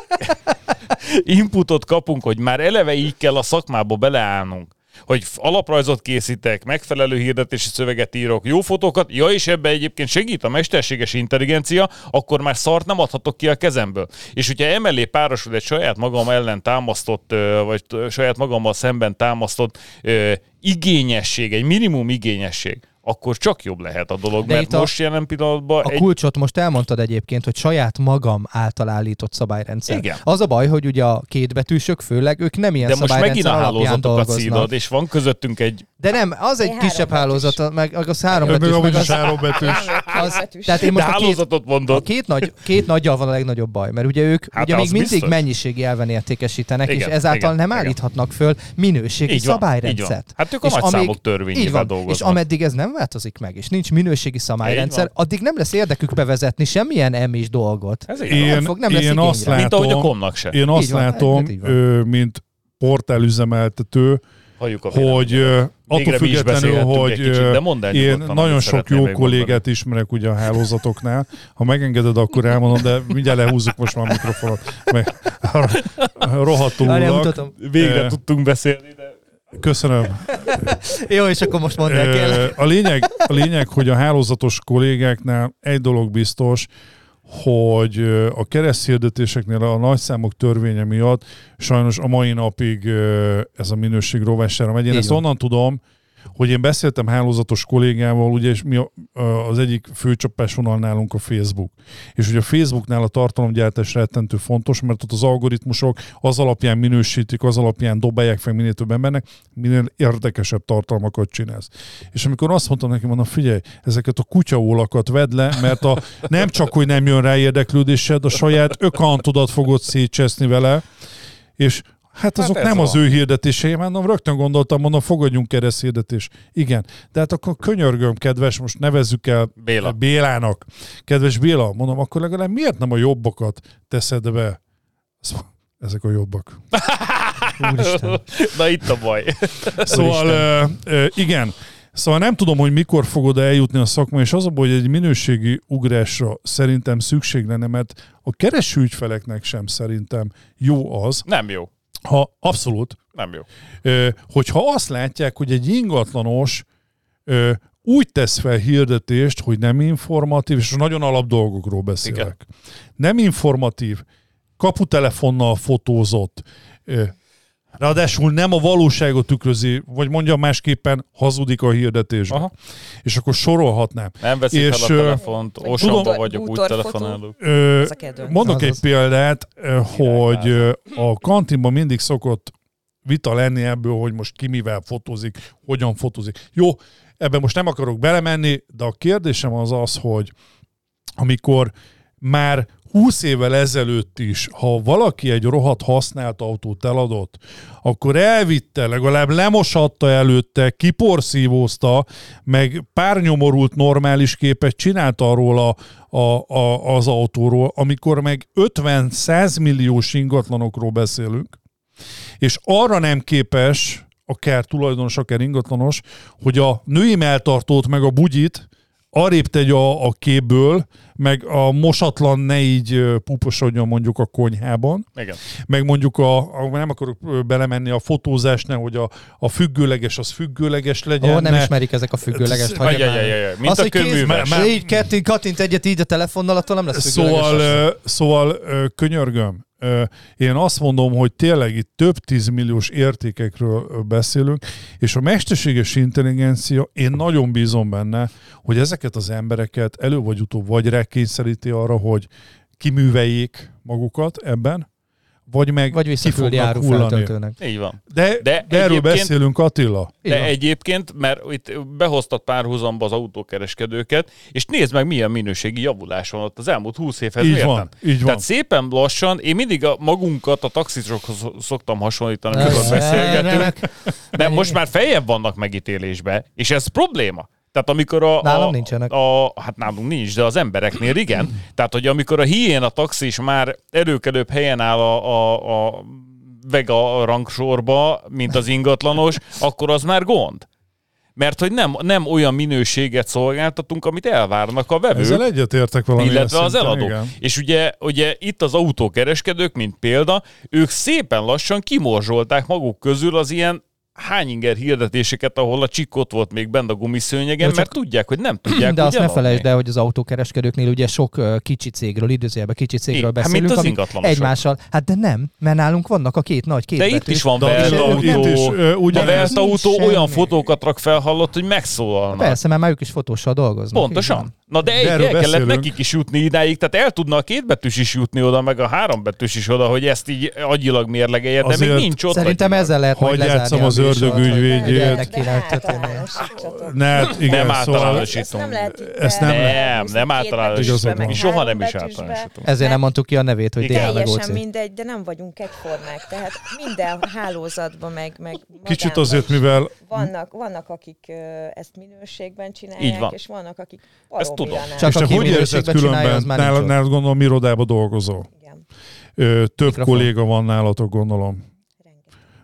inputot kapunk, hogy már eleve így kell a szakmába beleállnunk, hogy alaprajzot készítek, megfelelő hirdetési szöveget írok, jó fotókat, ja, és ebbe egyébként segít a mesterséges intelligencia, akkor már szart nem adhatok ki a kezemből. És hogyha emellé párosul egy saját magam ellen támasztott, vagy saját magammal szemben támasztott igényesség, egy minimum igényesség, akkor csak jobb lehet a dolog, de mert most a, jelen pillanatban... A egy... kulcsot most elmondtad egyébként, hogy saját magam által állított szabályrendszer. Igen. Az a baj, hogy ugye a kétbetűsök főleg, ők nem ilyen de most megint a szabályrendszer alapján hálózatokat szídod, dolgoznak. és van közöttünk egy... De nem, az egy Egy kisebb három hálózat, meg az három Meg betűs, meg az, három betűs. az, tehát én most De a két, hálózatot a mondod. két, nagy, két nagyjal van a legnagyobb baj, mert ugye ők Hát ugye az még mindig biztos. mennyiségi elven értékesítenek, Igen, és ezáltal igen, nem igen. állíthatnak föl minőségi Így van, így szabályrendszert. van. Hát ők a És nagyszámok amíg- törvényével így van, dolgoznak. És ameddig ez nem változik meg, és nincs minőségi szabályrendszer, Így addig nem lesz érdekük bevezetni semmilyen emis dolgot. Ez Én, Nem fog- nem lesz én igényre. azt Mint ahogy a látom, komnak se. én azt Így van, látom, hát így van. ö, mint portálüzemeltető, hogy uh, attól függetlenül, hogy kicsit, uh, én nagyon sok jó kollégát mondani. Ismerek ugye a hálózatoknál. Ha megengeded, akkor elmondom, de mindjárt lehúzzuk most már a mikrofonot. Meg rohadtul. Végre uh, tudtunk beszélni, de... Köszönöm. Jó, és akkor most mondd el. A lényeg, a lényeg, hogy a hálózatos kollégáknál egy dolog biztos, hogy a kereszthirdetéseknél a nagyszámok törvénye miatt sajnos a mai napig ez a minőség rovására megy. Én Így ezt van. Onnan tudom, hogy én beszéltem hálózatos kollégával, ugye, és mi az egyik főcsapásvonal nálunk a Facebook. És ugye a Facebooknál a tartalomgyártás rettentő fontos, mert ott az algoritmusok az alapján minősítik, az alapján dobálják fel minél több embernek, minél érdekesebb tartalmakat csinálsz. És amikor azt mondtam neki, mondom, figyelj, ezeket a kutyaólakat vedd le, mert a, nem csak, hogy nem jön rá érdeklődésed, a saját ökantodat fogod szétcseszni vele, és hát azok hát nem van. Az ő hirdetései, mondom, rögtön gondoltam, mondom, fogadjunk kereszthirdetés. Igen, de hát akkor könyörgöm, kedves, most nevezzük el Béla. Bélának. Kedves Béla, mondom, akkor legalább miért nem a jobbakat teszed be? Ezek a jobbak. Úristen. Na itt a baj. Szóval uh, uh, igen, szóval nem tudom, hogy mikor fogod eljutni a szakma, és az a baj, hogy egy minőségi ugrásra szerintem szükség lenne, mert a kereső ügyfeleknek sem szerintem jó az. Nem jó. Ha abszolút. Nem jó. Ö, hogyha azt látják, hogy egy ingatlanos ö, úgy tesz fel hirdetést, hogy nem informatív, és nagyon alap dolgokról beszélek. Igen. Nem informatív, kaputelefonnal fotózott, ö, ráadásul nem a valóságot tükrözi, vagy mondjam másképpen, hazudik a hirdetésben. Aha. És akkor sorolhatnám. Nem veszik és, fel a telefont, Oceanban vagyok, úgy telefonálok. Ö, mondok egy példát, hogy a kantinban mindig szokott vita lenni ebből, hogy most ki mivel fotózik, hogyan fotózik. Jó, ebben most nem akarok belemenni, de a kérdésem az az, hogy amikor már húsz évvel ezelőtt is, ha valaki egy rohadt használt autót eladott, akkor elvitte, legalább lemosatta előtte, kiporszívózta, meg pár nyomorult normális képet csinálta arról a, a, a, az autóról, amikor meg ötven-száz milliós ingatlanokról beszélünk, és arra nem képes, akár tulajdonos, akár ingatlanos, hogy a női melltartót meg a bugyit arrébb tegy a, a képből, meg a mosatlan ne így puposodjon mondjuk a konyhában. Igen. Meg mondjuk, a, a, nem akarok belemenni a fotózásnál, hogy a, a függőleges az függőleges legyen. Ó, nem ne... ismerik ezek a függőlegest. Mint az, a kőműves. Már... Így kettő, kattint egyet így a telefonnal, attól nem lesz függőleges. Szóval, szóval könyörgöm. Én azt mondom, hogy tényleg itt több tízmilliós értékekről beszélünk, és a mesterséges intelligencia, én nagyon bízom benne, hogy ezeket az embereket elő vagy utóbb vagy rákényszeríti arra, hogy kiműveljék magukat ebben, vagy meg vagy visszaküldi árufeltöltőnek. Így van. De, de, de erről beszélünk, Attila. De egyébként, mert itt behoztak párhuzamba az autókereskedőket, és nézd meg, milyen minőségi javulás van ott az elmúlt húsz évhez mérten. Van, így van. Tehát szépen lassan, én mindig a magunkat a taxisokhoz szoktam hasonlítani, amikor beszélgetünk, de most már feljebb vannak megítélésbe, és ez probléma. Tehát amikor a, Nálam a, nincsenek. A, hát nálunk nincs, de az embereknél igen. Tehát, hogy amikor a hiéna taxis már előkelőbb helyen áll a, a, a vega rangsorba, mint az ingatlanos, akkor az már gond. Mert hogy nem, nem olyan minőséget szolgáltatunk, amit elvárnak a vevők. Ezzel egyetértek valami. Illetve az eladók. Igen. És ugye, ugye itt az autókereskedők, mint példa, ők szépen lassan kimorzsolták maguk közül az ilyen hányinger hirdetéseket, ahol a csikk ott volt még bent a gumiszőnyegen, mert tudják, hogy nem tudják. De azt ne felejtsd el, hogy az autókereskedőknél ugye sok uh, kicsi cégről, időzőjelben kicsi cégről é, beszélünk, hát, mint az egymással. Hát de nem, mert nálunk vannak a két nagy két De betűs. Itt is van velt autó. A velt autó olyan fotókat rak fel, hallott, hogy megszólalnak. Persze, mert már ők is fotóssal dolgoznak. Pontosan. Na de, de el kellett beszélünk. Nekik is jutni idáig, tehát el tudna a két betűs is jutni oda, meg a három betűs is oda, hogy ezt így agyilag mérlegelje, de még nincs ott. Szerintem ezzel lehet majd lezárni az ördög ügyvédjét. Nem, nem általánosítunk. Ezt nem Nem, nem általánosítunk. Mi soha nem is általánosítunk. Ezért nem mondtuk ki a nevét, hogy dé há meg ó cé. Teljesen mindegy, de nem vagyunk egyformák. Tehát minden hálózatban meg kicsit azért, mivel vannak, akik ezt minőségben csinálják, és vannak, akik ezt tudom. Csak és te hogy érzed különben? Nálad, nálad gondolom irodába dolgozol. Igen. Ö, több Mikrofon. Kolléga van nálatok, gondolom. Rengeteg.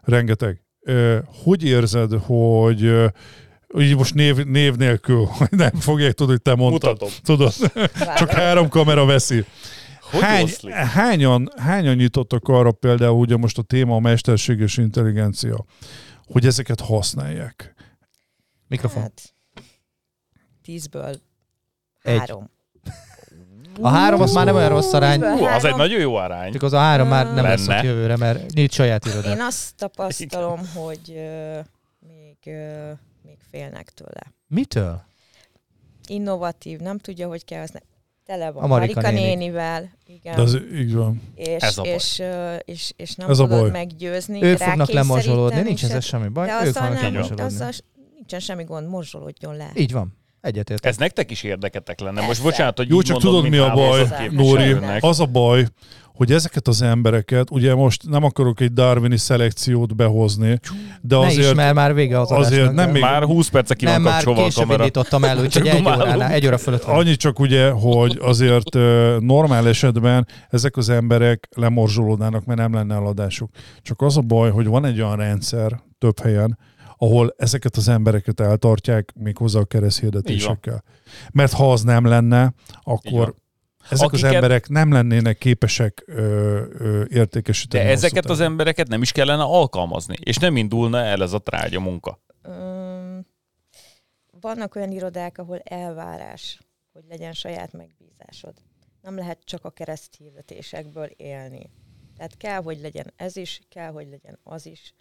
rengeteg. Hogy érzed, hogy így most név, név nélkül, nem fogják tudni, hogy te mondtad. Mutatom. Tudod, csak három kamera veszi. Hány, oszlik? hányan, hányan nyitottak arra például, ugye most a téma a mesterséges intelligencia, hogy ezeket használják? Mikrofon. Hát, tízből Egy. három. A három az már nem olyan rossz arány. Tízből Hú, az egy három. nagyon jó arány. Csak az a három már nem lesz Lenne. ott jövőre, mert nyit saját irodát. Én azt tapasztalom, hogy uh, még, uh, még félnek tőle. Mitől? Innovatív, nem tudja, hogy kell használni. Tele van A Marika Marika nénik. nénivel, igen. De az így van. és, Ez a baj. és, uh, és, és nem Ez a tudod baj. meggyőzni. Ők fognak rákényszeríteni lemorzsolódni, nincs se. ezzel semmi baj. De Ők azzal fognak nem, lemorzsolódni. azzal nincsen semmi gond, morzsolódjon le. Így van. Egyetértek. Ez nektek is érdeketek lenne. Most Persze. bocsánat, hogy Jó, így csak mondom, tudod, mi mint a baj, hálózatképviselőnek. Nóri? Sajnálom. Az a baj, hogy ezeket az embereket, ugye most nem akarok egy darwini szelekciót behozni, de Ne azért... is, mert már vége az azért adásnak. nem még- Már húsz perce ki nem, van már kapcsolva a később kamera. indítottam el, úgyhogy Csak egy dumálunk. óránál, egy óra fölött van. Annyi csak ugye, hogy azért ö, normál esetben ezek az emberek lemorzsolódnának, mert nem lenne eladásuk. Csak az a baj, hogy van egy olyan rendszer több helyen, ahol ezeket az embereket eltartják méghozzá a kereszthirdetésekkel. Mert ha az nem lenne, Így akkor van. ezek Akiket- az emberek nem lennének képesek ö, ö, értékesíteni. De hosszú ezeket az távon. embereket nem is kellene alkalmazni, és nem indulna el ez a trágya munka. Öm, vannak olyan irodák, ahol elvárás, hogy legyen saját megbízásod. Nem lehet csak a kereszthirdetésekből élni. Tehát kell, hogy legyen ez is, kell, hogy legyen az is.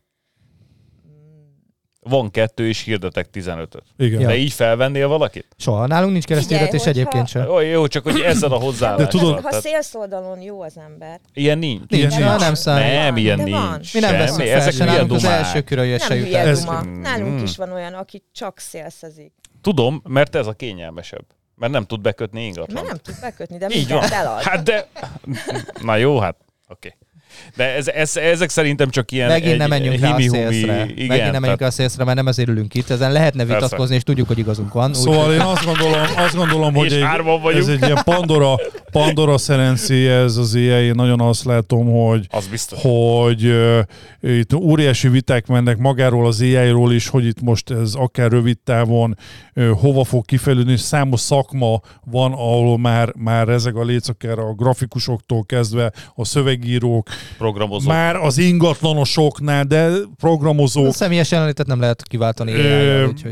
Van kettő, és hirdetek tizenötöt. Igen. Ja. De így felvennél valakit? Soha. Nálunk nincs kereszthirdetés Figyelj, egyébként hogyha- sem. Jó, jó, csak hogy ezzel a hozzáállással. De tudod- Ha Tehát szélszoldalon jó az ember, ilyen nincs. Nincs, Ilyen na, nincs. nem számít. Nem, ilyen De van. nincs. Mi nem Semmi. veszünk fel, Ezek se hülye nálunk az dumák. első körön jöjjön se nem jut hülye el. Ez- duma. Mm. Nálunk is van olyan, aki csak szélszezik. Tudom, mert ez a kényelmesebb. Mert nem tud bekötni ingatlan. Mert nem tud bekötni, de Így van. mindent elad. Hát de... Na jó, hát oké. De ez, ez, ezek szerintem csak ilyen Megint egy nem menjünk rá a himi-humi- szélszre. Igen, Megint nem menjünk rá a szélszre, mert nem ezért ülünk itt. Ezen lehetne Persze. vitatkozni, és tudjuk, hogy igazunk van. Szóval Úgyhogy- én azt gondolom, azt gondolom hogy És egy, hárman vagyunk. ez egy ilyen Pandora, Pandora szerencéje ez az á i. Én nagyon azt látom, hogy Az biztos. hogy uh, itt óriási viták mennek magáról az á i-ról is, hogy itt most ez akár rövid távon uh, hova fog kifejlődni. Számos szakma van, ahol már, már ezek a léc, akár a grafikusoktól kezdve, a szövegírók, Programozó. már az ingatlanosoknál, de A programozók. személyes jelenlétet nem lehet kiváltani. Ö, Úgyhogy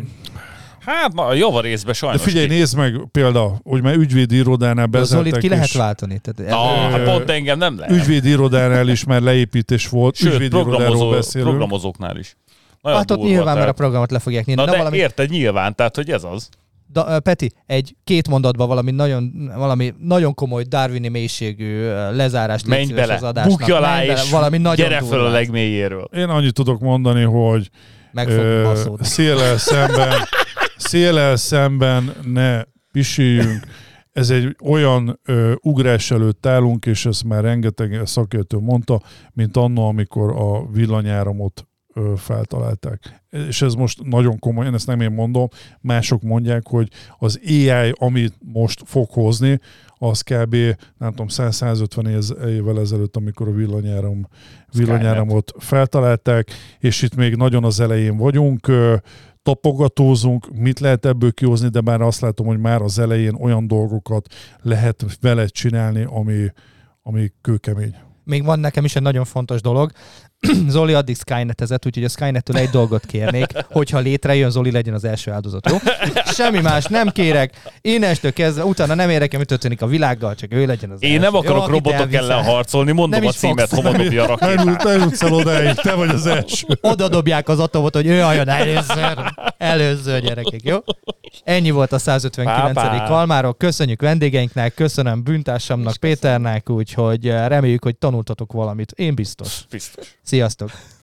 Hát na, a javarészben De sajnos figyelj, ki. nézd meg példa, hogy már ügyvédi irodánál a Zolit bezeltek, ki lehet és váltani. Tehát, Na, Ö, hát pont engem nem lehet. ügyvédi irodánál is már leépítés volt, Sőt, ügyvédi irodáról programozó, beszélünk. programozóknál is. Nagyon hát ott durva, nyilván, mert a tehát- programot le fogják nyitni. Na Na, de valami, érted nyilván, tehát hogy ez az. da, ö, Peti, egy két mondatban valami nagyon, valami nagyon komoly darwini mélységű ö, lezárást légy Menj szíves bele, az adásnak. bukj alá, Menj bele, és valami nagyon gyere föl a durvát. legmélyéről. Én annyit tudok mondani, hogy Meg fogunk ö, baszódni. széllel szemben, széllel szemben ne pisiljünk. Ez egy olyan ö, ugrás előtt állunk, és ezt már rengeteg szakértő mondta, mint anno, amikor a villanyáramot ö, feltalálták. És ez most nagyon komoly, én ezt nem én mondom, mások mondják, hogy az á i, amit most fog hozni, az kb. Nem tudom, száz-százötven évvel ezelőtt, amikor a villanyáram, villanyáramot feltalálták, és itt még nagyon az elején vagyunk, ö, tapogatózunk, mit lehet ebből kihozni, de már azt látom, hogy már az elején olyan dolgokat lehet vele csinálni, ami, ami kőkemény. Még van nekem is egy nagyon fontos dolog. Zoli addig Skynetezett, úgyhogy a Skynettől egy dolgot kérnék, hogyha létrejön, Zoli legyen az első áldozat, jó? Semmi más nem kérek, innestől kezdve, utána nem érdekel, mi történik a világgal, csak ő legyen az Én első. nem Jó, akarok akit robotok elviszel. ellen harcolni, mondom Nem a is címet, fogsz. hova dobja a Nem, rakétát. nem jutsz el odáig, te vagy az első. Oda dobják az atomot, hogy ő halljon először. Először, gyerekek, jó? Ennyi volt a százötvenkilencedik Pá-pá. Kalmárok. Köszönjük vendégeinknek, köszönöm bűntársamnak, Péternek, úgyhogy reméljük, hogy tanultatok valamit. Én biztos. Biztos. Sziasztok!